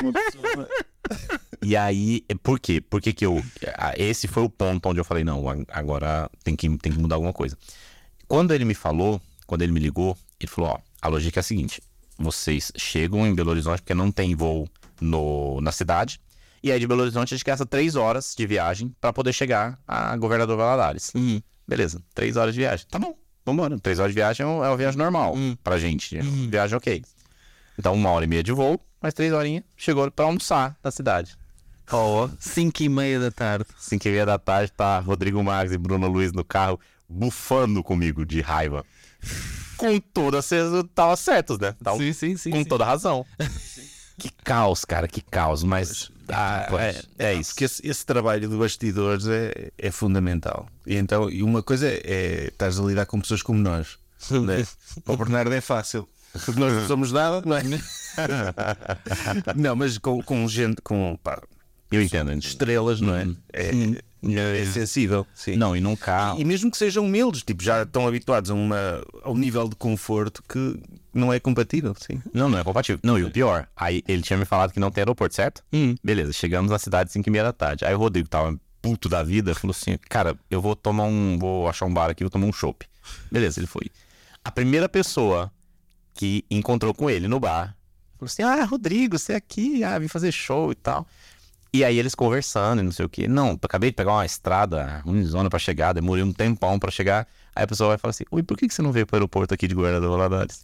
E aí, por quê? Porque esse foi o ponto onde eu falei, não, agora tem que mudar alguma coisa. Quando ele me ligou, ele falou, a lógica é a seguinte: vocês chegam em Belo Horizonte porque não tem voo na cidade, e aí de Belo Horizonte a gente gasta 3 horas de viagem pra poder chegar a Governador Valadares. Beleza, 3 horas de viagem. Tá bom, vambora. 3 horas de viagem é uma viagem normal pra gente. Viagem ok. Então 1h30 de voo, mais 3 horinhas, chegou pra almoçar na cidade. 5h30 da tarde. 5h30 da tarde, tá Rodrigo Marques e Bruno Luiz no carro, bufando comigo de raiva. Com toda certeza, tava certos, né? Sim. Com toda razão. Que caos, cara, que caos. Mas é isso. Porque esse trabalho de bastidores é fundamental. E então, uma coisa é estás a lidar com pessoas como nós, né? Para o Bernardo é fácil, porque nós não somos nada, não é? Não, mas com gente, eu entendo. Estrelas, não é? É sensível. Sim. Não, e nunca. E mesmo que sejam humildes, tipo, já estão habituados a um nível de conforto que não é compatível. Sim. Não é compatível. Não, e o pior, aí ele tinha me falado que não tem aeroporto, certo? Beleza, chegamos na cidade às 5h30 da tarde. Aí o Rodrigo tava puto da vida, falou assim: cara, eu vou achar um bar aqui, vou tomar um chopp. Beleza, ele foi. A primeira pessoa que encontrou com ele no bar falou assim: Rodrigo, você é aqui, vim fazer show e tal. E aí eles conversando e não sei o que. Não, acabei de pegar uma estrada ruimzona pra chegar, demorei um tempão pra chegar. Aí a pessoa vai falar assim: oi, por que você não veio pro aeroporto aqui de Governador Valadares?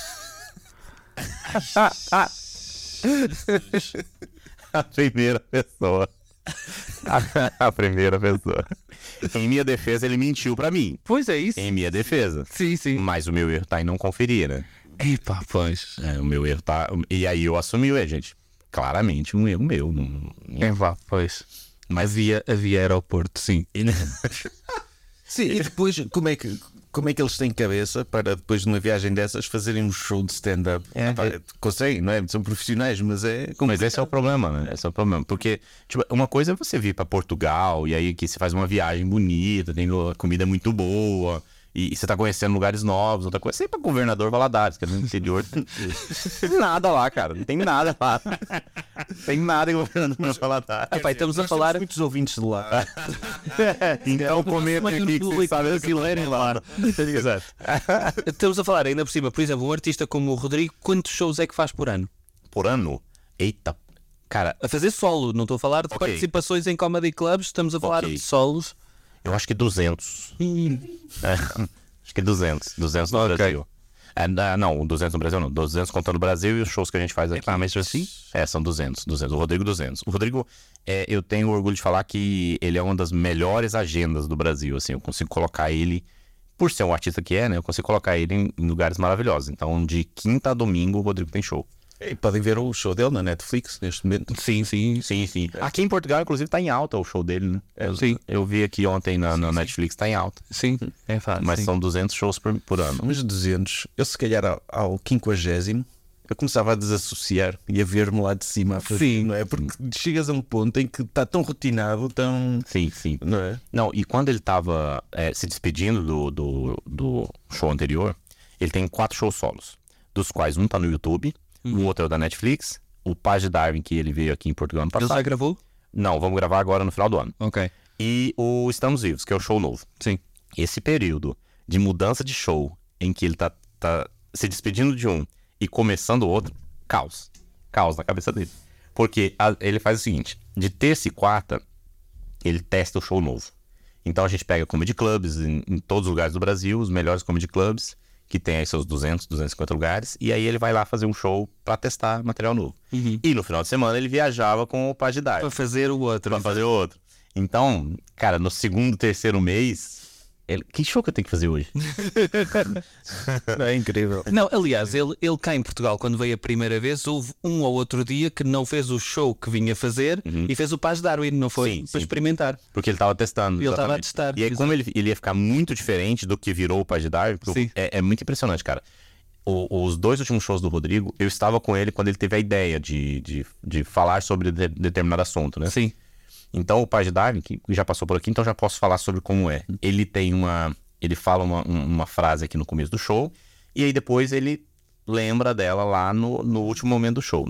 A primeira pessoa. A primeira pessoa. Em minha defesa, ele mentiu pra mim. Pois é isso. Em minha defesa. Sim. Mas o meu erro tá em não conferir, né? Epa, pois. O meu erro tá... E aí eu assumi, gente. Claramente um erro meu. Pois. Mas havia aeroporto, sim. Sim, e depois como é que eles têm cabeça para depois de uma viagem dessas fazerem um show de stand-up? Conseguem, não é? São profissionais, mas Mas esse é o problema, né? Esse é o problema. Porque, tipo, uma coisa é você vir pra Portugal e aí que você faz uma viagem bonita, tem comida muito boa e você tá conhecendo lugares novos. Outra coisa é ir pra Governador Valadares, que é no interior. Não tem nada lá, cara. Não tem nada lá. Não tem nada em Governador Valadares. Estamos a falar... muitos ouvintes de lá. Então comentem aqui que vocês sabem que lerem lá. Exato. Estamos a falar ainda por cima, por exemplo, um artista como o Rodrigo, quantos shows é que faz por ano? Por ano? Eita. Cara, a fazer solo, não estou a falar de participações em comedy clubs, estamos a falar de solos. Eu acho que 200. Acho que 200 no Brasil. Não, 200 no Brasil não. 200 contando o Brasil e os shows que a gente faz aqui. Mas assim? São 200. O Rodrigo, 200. O Rodrigo, eu tenho orgulho de falar que ele é uma das melhores agendas do Brasil. Assim, eu consigo colocar ele, por ser um artista que né? Eu consigo colocar ele em lugares maravilhosos. Então, de quinta a domingo, o Rodrigo tem show. E podem ver o show dele na Netflix neste momento. Sim. Aqui em Portugal, inclusive, tá em alta o show dele, né? Eu vi aqui ontem na Netflix, tá em alta. Sim, é fácil. Mas são 200 shows por ano. Mas 200, eu se calhar ao 50º eu começava a desassociar e a ver-me lá de cima a fazer, não é? Porque chegas a um ponto em que está tão rotinado, tão... Sim. Não é? Não, e quando ele tava se despedindo do show anterior, ele tem 4 shows solos, dos quais um tá no YouTube, o outro é o da Netflix, o Page Darwin, que ele veio aqui em Portugal ano Ele passado. já gravou? Não, vamos gravar agora no final do ano. Ok. E o Estamos Vivos, que é o show novo. Sim. Esse período de mudança de show, em que ele tá se despedindo de um e começando o outro, caos na cabeça dele. Porque ele faz o seguinte, de terça e quarta, ele testa o show novo. Então a gente pega comedy clubs em todos os lugares do Brasil, os melhores comedy clubs, que tem aí seus 200, 250 lugares, e aí ele vai lá fazer um show pra testar material novo. E no final de semana ele viajava com o Page Darwin Para fazer o outro. pra fazer o outro. Então, cara, no segundo, terceiro mês, que show que eu tenho que fazer hoje? É incrível. Não, aliás, ele cá em Portugal, quando veio a primeira vez, houve um ou outro dia que não fez o show que vinha fazer e fez o Page Darwin, não foi? Sim, Para sim. experimentar. Porque ele tava testando. Ele estava a exatamente. testar. E aí, como ele ia ficar muito diferente do que virou o Page Darwin, Sim. é muito impressionante, cara. Os 2 últimos shows do Rodrigo, eu estava com ele quando ele teve a ideia de falar sobre determinado assunto, né? Sim. Então o Page Darwin, que já passou por aqui, então já posso falar sobre como é. Ele fala uma frase aqui no começo do show, e aí depois ele lembra dela lá no último momento do show.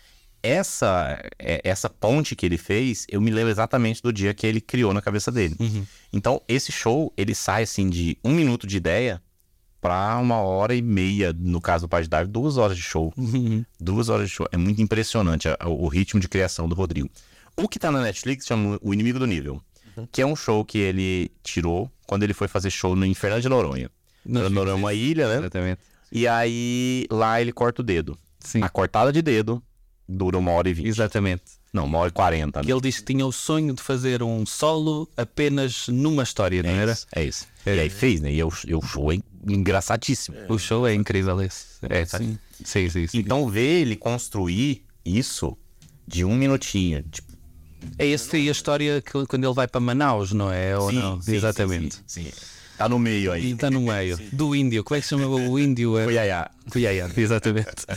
Essa ponte que ele fez, eu me lembro exatamente do dia que ele criou na cabeça dele. Então esse show, ele sai assim de 1 minuto de ideia para 1h30, no caso do Page Darwin, 2 horas de show. 2 horas de show. É muito impressionante o ritmo de criação do Rodrigo. O que tá na Netflix chama O Inimigo do Nível, que é um show que ele tirou quando ele foi fazer show no Fernando de Noronha. Noronha é uma ilha, né? Exatamente. E aí, lá ele corta o dedo. Sim. A cortada de dedo dura 1h20. Exatamente. Não, 1h40. Que ele disse que tinha o sonho de fazer um solo apenas numa história, não era? É isso. E aí fez, né? E o show é engraçadíssimo. O show é incrível esse. Sim. Sim. Então, ver ele construir isso de 1 minutinho, tipo, É esse aí a história que quando ele vai para Manaus, não é? Ou não? sim, Exatamente. Sim. Tá no meio aí. E está no meio. Do índio. Como é que se chama o índio? Cuiaiá. Cuiaiá, exatamente.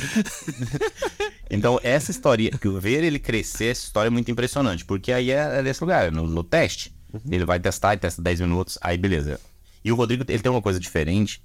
Então, essa história, ver ele crescer, essa história é muito impressionante, porque aí é desse lugar, no teste. Ele vai testar, ele testa 10 minutos, aí beleza. E o Rodrigo, ele tem uma coisa diferente,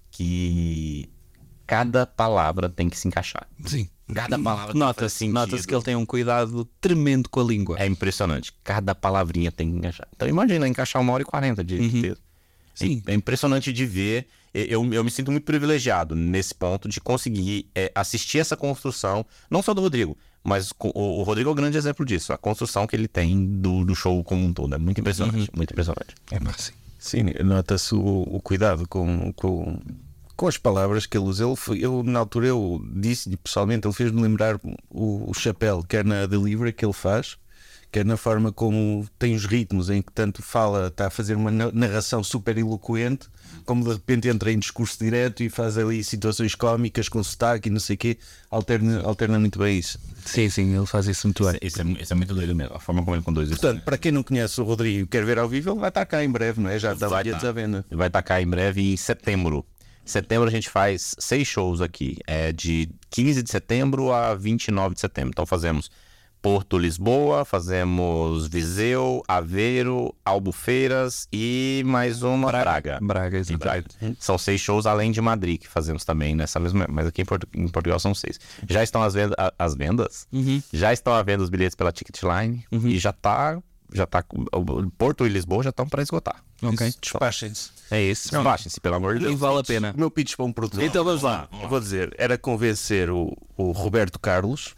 que cada palavra tem que se encaixar. Sim. Cada palavra Nota-se que ele tem um cuidado tremendo com a língua. É impressionante. Cada palavrinha tem que encaixar. Então imagina encaixar 1h40 de texto. Sim. É impressionante de ver. Eu me sinto muito privilegiado nesse ponto de conseguir assistir essa construção, não só do Rodrigo, mas o Rodrigo é um grande exemplo disso. A construção que ele tem do show como um todo. É muito impressionante. Muito impressionante. É mas Sim, nota-se o cuidado com as palavras que ele usa. Na altura, eu disse-lhe pessoalmente, ele fez-me lembrar o chapéu, quer na delivery que ele faz, quer na forma como tem os ritmos, em que tanto fala, está a fazer uma narração super eloquente, como de repente entra em discurso direto e faz ali situações cómicas com sotaque e não sei o quê. Alterna muito bem isso. sim, ele faz isso muito bem. Isso é muito doido mesmo. A forma como ele conduz isso. Portanto, para quem não conhece o Rodrigo e quer ver ao vivo, ele vai estar cá em breve, não é? Já dá bilhetes à venda. Ele vai estar cá em breve em setembro. Em setembro a gente faz 6 shows aqui. É de 15 de setembro a 29 de setembro. Então fazemos Porto, Lisboa, fazemos Viseu, Aveiro, Albufeiras e mais uma Braga. Braga, exatamente. São 6 shows além de Madrid que fazemos também nessa mesma, mas aqui em Portugal são 6. Já estão as vendas? Já estão à venda os bilhetes pela Ticketline e já tá Porto e Lisboa já estão para esgotar. Ok. Despachem-se. É isso. Baixem-se, pelo amor de E Deus. vale a pena. O meu pitch para um produtor. Então vamos lá. Eu vou dizer, era convencer o Roberto Carlos,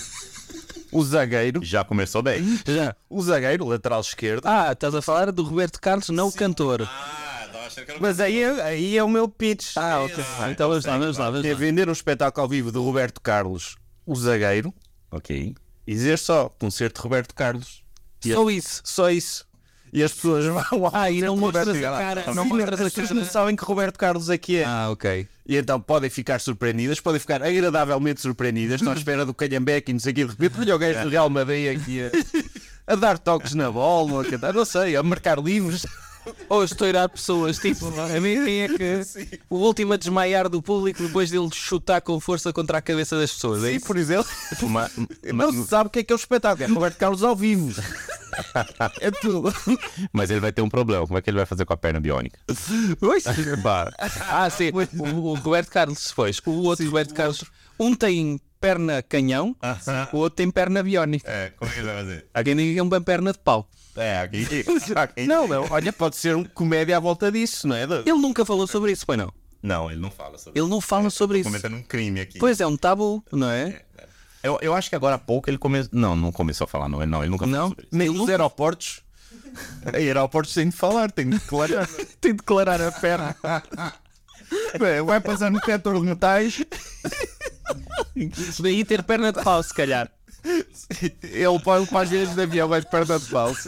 o zagueiro, Já começou bem. Já. o zagueiro, o lateral esquerdo. Estás a falar do Roberto Carlos, não o cantor. Mas aí é o meu pitch. Ok. Então vamos lá. É vender um espetáculo ao vivo do Roberto Carlos, o zagueiro, Ok. e dizer só, concerto de Roberto Carlos. Só isso. Só isso. E as pessoas vão lá. E não mostras a cara. Não mostras a As pessoas cara. não sabem que Roberto Carlos aqui é. Ok. E então podem ficar surpreendidas, podem ficar agradavelmente surpreendidas. Estão à espera do calhambeque e não sei o que. De repente, olha o gajo do Real Madrid aqui a dar toques na bola, a cantar, não sei, a marcar livros. ou estourar pessoas, tipo, a mim é que o último a desmaiar do público depois dele chutar com força contra a cabeça das pessoas. É Sim, isso? por exemplo. Não se sabe o que é o espetáculo. É Roberto Carlos ao vivo. É tudo. Mas ele vai ter um problema. Como é que ele vai fazer com a perna biônica? Ah, sim. O Roberto Carlos depois. O outro Roberto Carlos. Um tem perna canhão, o outro tem perna biónica. Como é que ele vai fazer? Há quem diga que é uma perna de pau. Aqui. Não, olha, pode ser comédia à volta disso, não é? Ele nunca falou sobre isso, pois não? Não, ele não fala sobre Ele não fala sobre isso. cometendo um crime aqui. Pois é, um tabu, não é? Eu acho que agora há pouco ele começou. Não começou a falar, não. Ele nunca falou Não? sobre isso. Nem os aeroportos. Aeroportos têm de falar, têm de declarar. Tem de declarar a perna. Vai passar no setor de metais. Daí ter perna de pau, se calhar. Ele pode para as vezes de avião, vai de perna de pau.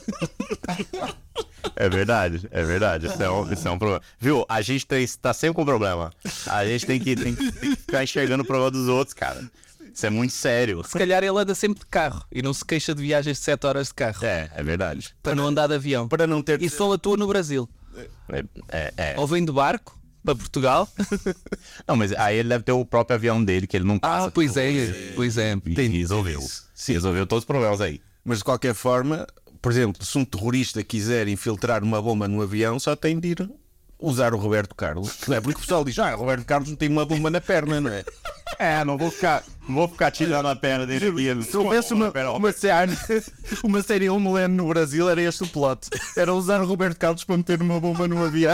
É verdade. Isso é um problema. Viu? A gente tá sempre com problema. A gente tem que ficar enxergando o problema dos outros, cara. Isso é muito sério. Se calhar ele anda sempre de carro e não se queixa de viagens de 7 horas de carro. É verdade. Para não andar de avião. Para não ter. E só atua no Brasil. Ou vem de barco para Portugal. Não, mas aí ele deve ter o próprio avião dele, que ele não passa. Pois é. E resolveu. Resolveu todos os problemas aí. Mas de qualquer forma, por exemplo, se um terrorista quiser infiltrar uma bomba no avião, só tem de ir usar o Roberto Carlos. Não é? Porque o pessoal diz, o Roberto Carlos não tem uma bomba na perna, não é? Não vou ficar tirando a perna dele aqui. Se houvesse uma série Homeland no Brasil, era este o plot. Era usar o Roberto Carlos para meter uma bomba no avião.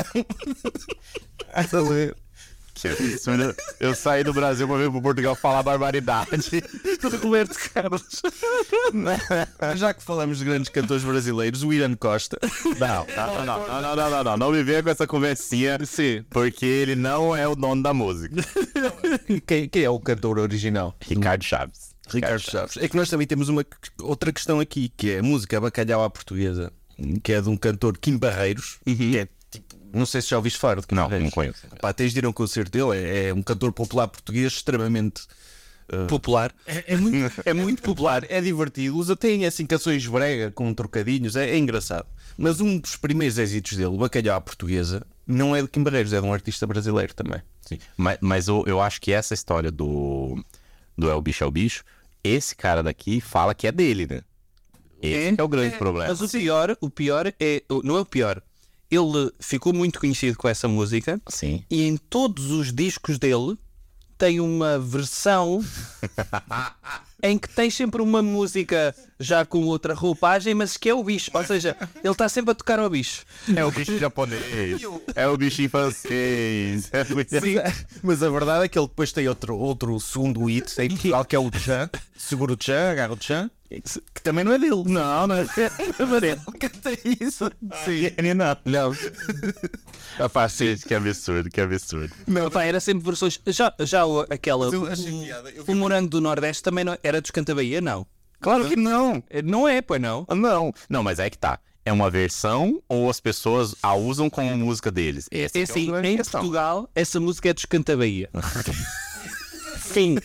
Eu saí do Brasil para vir para Portugal falar barbaridade. Roberto Carlos. Já que falamos de grandes cantores brasileiros, o Irã Costa. Não me venha com essa conversinha. Sim. Porque ele não é o dono da música. Quem é o cantor original? Ricardo Chaves. Ricardo Chaves. É que nós também temos outra questão aqui, que é a música bacalhau à portuguesa, que é de um cantor, Kim Barreiros, que é tipo, não sei se já ouviste falar de Kim Barreiros. Não conheço. Pá, tens de ir a um concerto dele, é um cantor popular português extremamente Popular. é muito popular, é divertido, tem assim canções brega com trocadinhos, é engraçado. Mas um dos primeiros êxitos dele, o Bacalhau à Portuguesa, não é de Kim Barreiros, é de um artista brasileiro também. Sim. Mas eu acho que essa história do É o Bicho, esse cara daqui fala que é dele, né? Esse é o grande problema. Mas o pior é. Não é o pior. Ele ficou muito conhecido com essa música. Sim. E em todos os discos dele tem uma versão em que tem sempre uma música já com outra roupagem, mas que é o bicho. Ou seja, ele está sempre a tocar ao bicho. É o bicho japonês. É o bichinho francês. Sim, mas a verdade é que ele depois tem outro segundo hit em Portugal, que é o Tchan. Segura o Tchan, agarra o Tchan, que também não é dele. Não é. Mas ele canta isso. Sim. Não. Rapaz, sim, que absurdo. Não, pá, era sempre versões. Já aquela. O Morango do Nordeste também não, era dos Canta Bahia, não. Claro que não. Não é, pois não. Não, mas é que tá. É uma versão ou as pessoas a usam como música deles? É assim, em Portugal, essa música é dos Canta Bahia. Sim.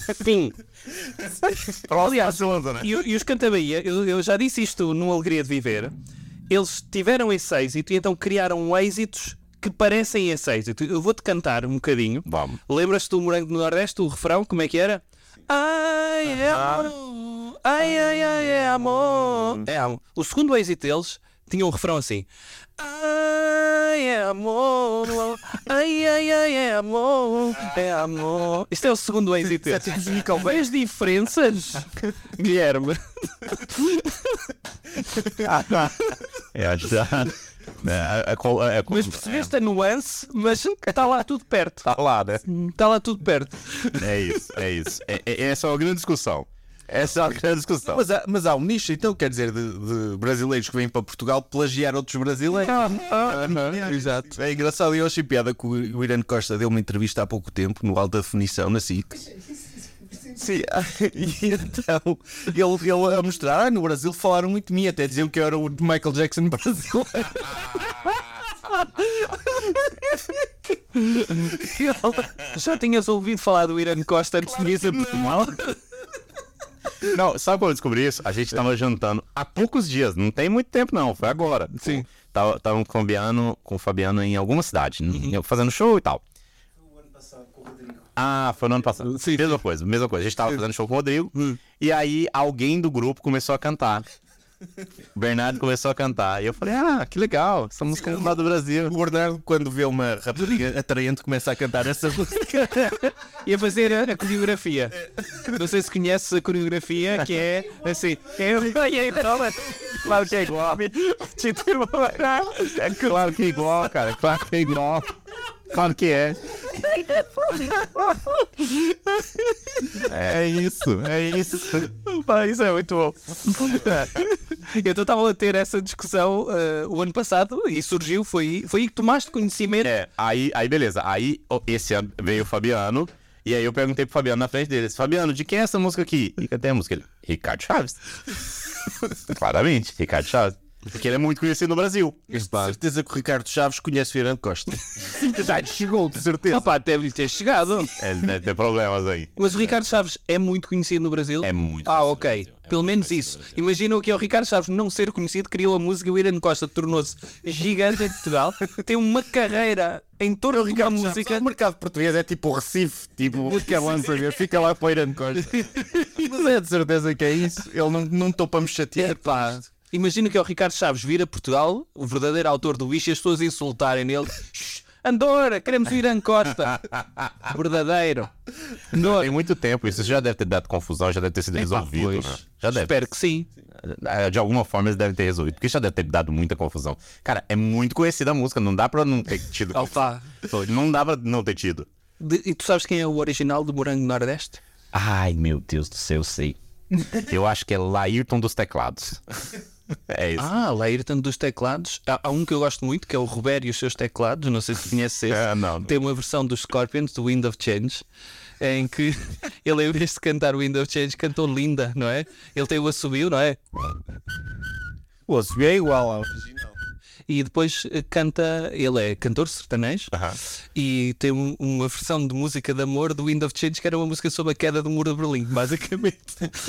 Aliás, e os Canta Bahia, eu já disse isto no Alegria de Viver, eles tiveram esse êxito e então criaram êxitos que parecem esse êxito. Eu vou-te cantar um bocadinho. Vamos. Lembras-te do Morango do Nordeste, o refrão, como é que era? Ai, é amor. Ai, é amor. É amor. O segundo êxito deles tinha um refrão assim. Ai, é amor. Ai, é amor. É amor. Isto é o segundo êxito deles. Vês diferenças, Guilherme? Mas percebeste a nuance, mas está lá tudo perto. Tá lá, né? Está lá tudo perto. É isso. Essa é uma grande discussão. Mas há um nicho, então, quer dizer, de brasileiros que vêm para Portugal plagiar outros brasileiros. Exato. É engraçado, eu achei piada que o Irã Costa deu uma entrevista há pouco tempo, no Alta Definição, na SIC. Sim, e então ele a mostrar, no Brasil falaram muito de mim, até diziam que eu era o Michael Jackson brasileiro. Já tinhas ouvido falar do Irã Costa antes de vir a Portugal? Não, sabe como eu descobri isso? A gente tava jantando há poucos dias, não tem muito tempo não, foi agora. Sim. Tava com o Fabiano em alguma cidade, fazendo show e tal. Foi o ano passado com o Rodrigo. Ah, foi no ano passado. Sim, mesma coisa. A gente tava fazendo show com o Rodrigo, e aí alguém do grupo começou a cantar. O Bernardo começou a cantar. E eu falei, que legal, essa música é lá do Brasil. O Bernardo, quando vê uma rapariga atraente, começa a cantar essa música. E a fazer a coreografia. Não sei se conhece a coreografia, que é assim. Claro que é igual. É claro que é igual, cara. Claro que é igual. Claro que é. É isso. Isso é muito bom. Então estava a ter essa discussão o ano passado e surgiu, foi aí que tomaste conhecimento. Aí beleza. Aí esse ano veio o Fabiano. E aí eu perguntei pro Fabiano na frente dele: Fabiano, de quem é essa música aqui? E cadê a música? Ele: Ricardo Chaves. Claramente, Ricardo Chaves. Porque ele é muito conhecido no Brasil. Certeza que o Ricardo Chaves conhece Fernando Costa. Já chegou, de certeza. Deve ter chegado. Deve ter problemas aí. Mas o Ricardo Chaves é muito conhecido no Brasil? É muito. Ok. Pelo menos isso. Imagina o que é o Ricardo Chaves não ser conhecido, criou a música e o Irã Costa tornou-se gigante em Portugal. Tem uma carreira em torno da música. O mercado português é tipo o Recife, tipo, música lá para ver, fica lá para o Irã Costa. Mas é de certeza que é isso. Ele não estou para me chatear. Imagina que é o Ricardo Chaves vir a Portugal, o verdadeiro autor do bicho, e as pessoas insultarem nele. Andorra, queremos o Irã Costa. Verdadeiro. Tem muito tempo, isso já deve ter dado confusão, já deve ter sido resolvido. Né? Já deve. Espero que sim. De alguma forma eles devem ter resolvido, porque já deve ter dado muita confusão. Cara, é muito conhecida a música, não dá pra não ter tido. Não dá pra não ter tido. E tu sabes quem é o original do Morango Nordeste? Ai, meu Deus do céu, eu sei. Eu acho que é Laírton dos Teclados. É isso. Laírton dos Teclados. Há um que eu gosto muito, que é o Roberto e os seus teclados. Não sei se conheces esse. Não. Tem uma versão dos Scorpions, do Wind of Change, em que ele, em vez de cantar o Wind of Change, cantou Linda, não é? Ele tem o assobio, não é? O assobio é igual ao original. E depois canta, ele é cantor sertanejo, e tem uma versão de música de amor do Wind of Change, que era uma música sobre a queda do muro de Berlim, basicamente.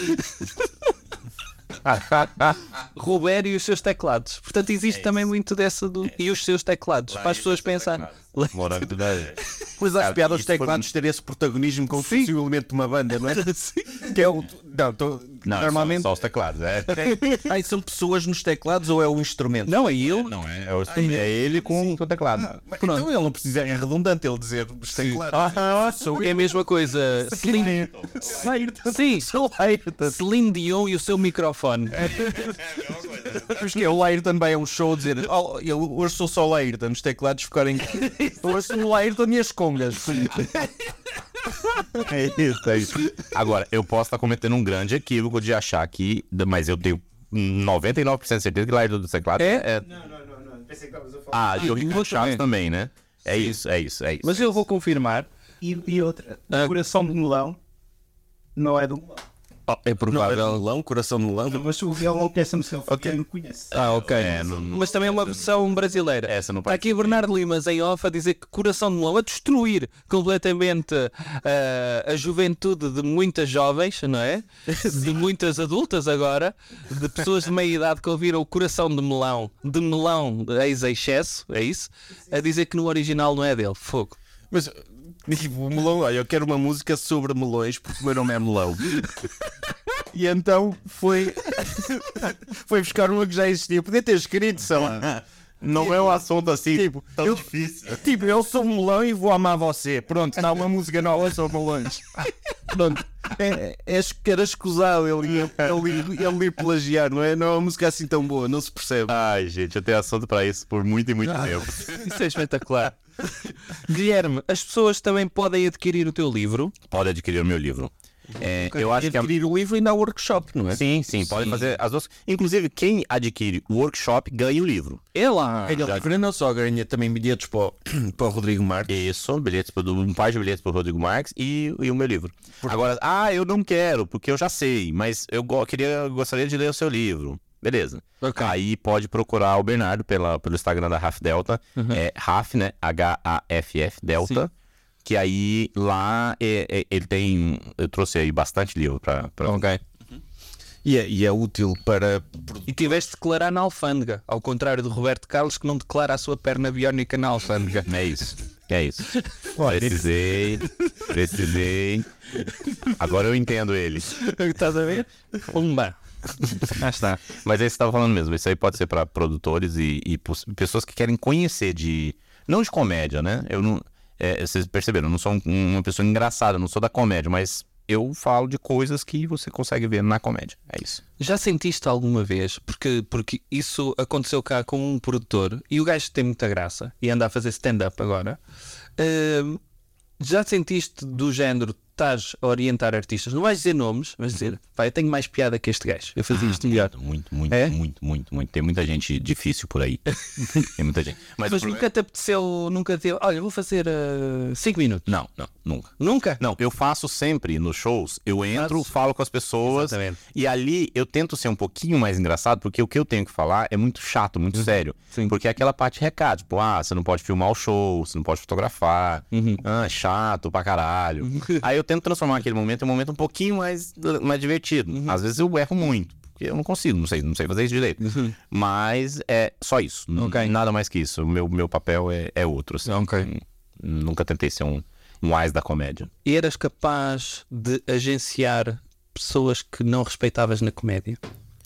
Roberto e os seus teclados. Portanto, existe também muito dessa e os seus teclados, para as pessoas pensarem. Pois acho piada aos teclados ter esse protagonismo como se fosse o elemento de uma banda, não é? Que é o. Normalmente. Só os teclados, São pessoas nos teclados ou é o instrumento? Não, é ele. Não, é ele com o teclado. Então ele não precisa, é redundante ele dizer os teclados. É a mesma coisa. Celine Dion e o seu microfone. Mas que é o Laírton vai a um show dizer eu hoje sou só o Laírton, os teclados ficarem. Hoje sou o Laírton e as congas. É isso. Agora, eu posso estar cometendo um grande equívoco de achar que, mas eu tenho 99% de certeza que Laírton do teclado é. Não. Pensei que estavas a falar. E o Ricardo Chaves também, né? É isso. Mas eu vou confirmar. E outra, Coração de Melão não é do Melão. É provável. Melão, Coração de Melão. Mas o violão que essa música não conhece. Ok. Mas também é uma versão brasileira. Essa não Está aqui Bernardo Limas em off a dizer que Coração de Melão a destruir completamente a juventude de muitas jovens, não é? De muitas adultas agora, de pessoas de meia idade que ouviram o Coração de Melão ex-excesso, é isso? A dizer que no original não é dele. Fogo. Mas tipo, melão, olha, eu quero uma música sobre melões porque o meu nome é Melão. E então foi buscar uma que já existia. Podia ter escrito, sei lá. Não é um assunto assim tão difícil. Tipo, eu sou melão e vou amar você. Pronto, está uma música nova sobre melões. Pronto. Era escusado ele ir plagiar, não é? Não é uma música assim tão boa, não se percebe. Ai, gente, eu tenho assunto para isso por muito e muito tempo. Isso é espetacular. Duarte, as pessoas também podem adquirir o teu livro? Pode adquirir o meu livro. Eu acho que adquirir o livro e na workshop, não é? Sim, podem fazer as duas. Inclusive, quem adquire o workshop ganha o livro. Ele não só ganha também bilhetes para o Rodrigo Marques. Isso, um par de bilhetes para o Rodrigo Marques e o meu livro. Agora, eu não quero, porque eu já sei, mas eu gostaria de ler o seu livro. Beleza. Okay. Aí pode procurar o Bernardo pelo Instagram da Raf Delta. É Raf, né? H-A-F-F Delta. Sim. Que aí lá ele tem. Eu trouxe aí bastante livro pra ok. E é útil para... E tiveste de declarar na alfândega, ao contrário do Roberto Carlos, que não declara a sua perna biónica na alfândega. É isso. Precisei. Agora eu entendo ele. Estás a ver? Pumba. Ah, está. Mas aí você estava falando mesmo, isso aí pode ser para produtores e pessoas que querem conhecer não de comédia, né? Eu não, vocês perceberam, eu não sou uma pessoa engraçada, não sou da comédia, mas eu falo de coisas que você consegue ver na comédia. É isso. Já sentiste alguma vez, porque isso aconteceu cá com um produtor e o gajo tem muita graça e anda a fazer stand-up agora. Já sentiste do género, estás a orientar artistas, não vais dizer nomes, vais dizer, eu tenho mais piada que este gajo, eu fazia isto melhor. Muito. Tem muita gente difícil por aí. Tem muita gente. Mas nunca te apeteceu, olha, vou fazer 5 minutos. Não, nunca. Nunca? Não, eu faço sempre nos shows, eu entro, falo com as pessoas. Exatamente. E ali eu tento ser um pouquinho mais engraçado, porque o que eu tenho que falar é muito chato, muito sério. Sim. Porque é aquela parte recado, tipo, você não pode filmar o show, você não pode fotografar, chato pra caralho. Aí eu tento transformar aquele momento em um momento um pouquinho mais divertido. Às vezes eu erro muito, porque eu não consigo, não sei fazer isso direito. Mas é só isso, nada mais que isso. O meu papel é outro. Assim. Nunca tentei ser um wise da comédia. E eras capaz de agenciar pessoas que não respeitavas na comédia,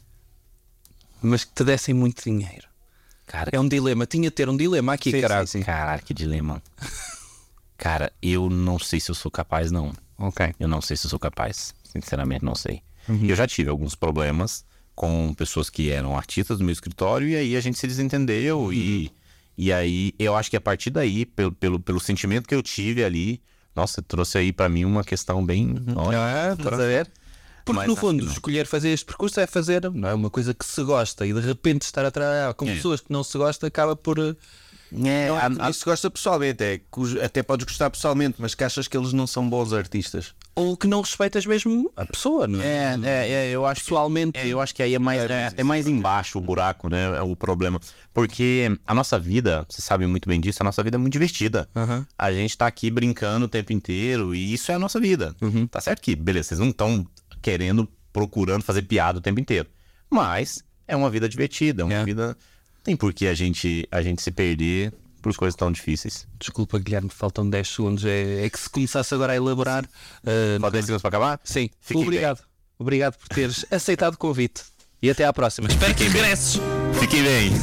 mas que te dessem muito dinheiro? Cara, é um dilema, tinha de ter um dilema aqui, caralho. Caralho, que dilema. Cara, eu não sei se eu sou capaz, não. Eu não sei se eu sou capaz. Sinceramente, não sei. Eu já tive alguns problemas com pessoas que eram artistas do meu escritório e aí a gente se desentendeu e aí eu acho que a partir daí, pelo sentimento que eu tive ali, nossa, trouxe aí pra mim uma questão bem... Estás a ver? Porque Mas no fundo, escolher fazer este percurso é fazer, não é, uma coisa que se gosta e de repente estar a trabalhar com pessoas que não se gosta acaba por... Isso se gosta pessoalmente, até podes gostar pessoalmente, mas que achas que eles não são bons artistas. Ou que não respeitas mesmo a pessoa, não é? Eu acho pessoalmente. Eu acho que aí é mais embaixo o buraco, né? É o problema. Porque a nossa vida, você sabe muito bem disso, a nossa vida é muito divertida. A gente tá aqui brincando o tempo inteiro e isso é a nossa vida. Tá certo que, beleza, vocês não estão procurando fazer piada o tempo inteiro. Mas é uma vida divertida, é uma vida... Tem por que a gente se perder por coisas tão difíceis. Desculpa, Guilherme, faltam 10 segundos. É que se começasse agora a elaborar... Faltam 10 segundos para acabar? Sim. Obrigado. Obrigado por teres aceitado o convite. E até à próxima. Espero que regresses. Fiquem bem.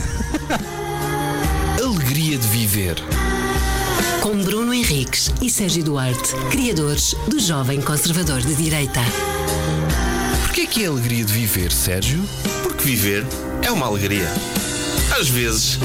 Alegria de viver. Com Bruno Henriques e Sérgio Duarte, criadores do Jovem Conservador de Direita. Porquê que é alegria de viver, Sérgio? Porque viver é uma alegria. Às vezes.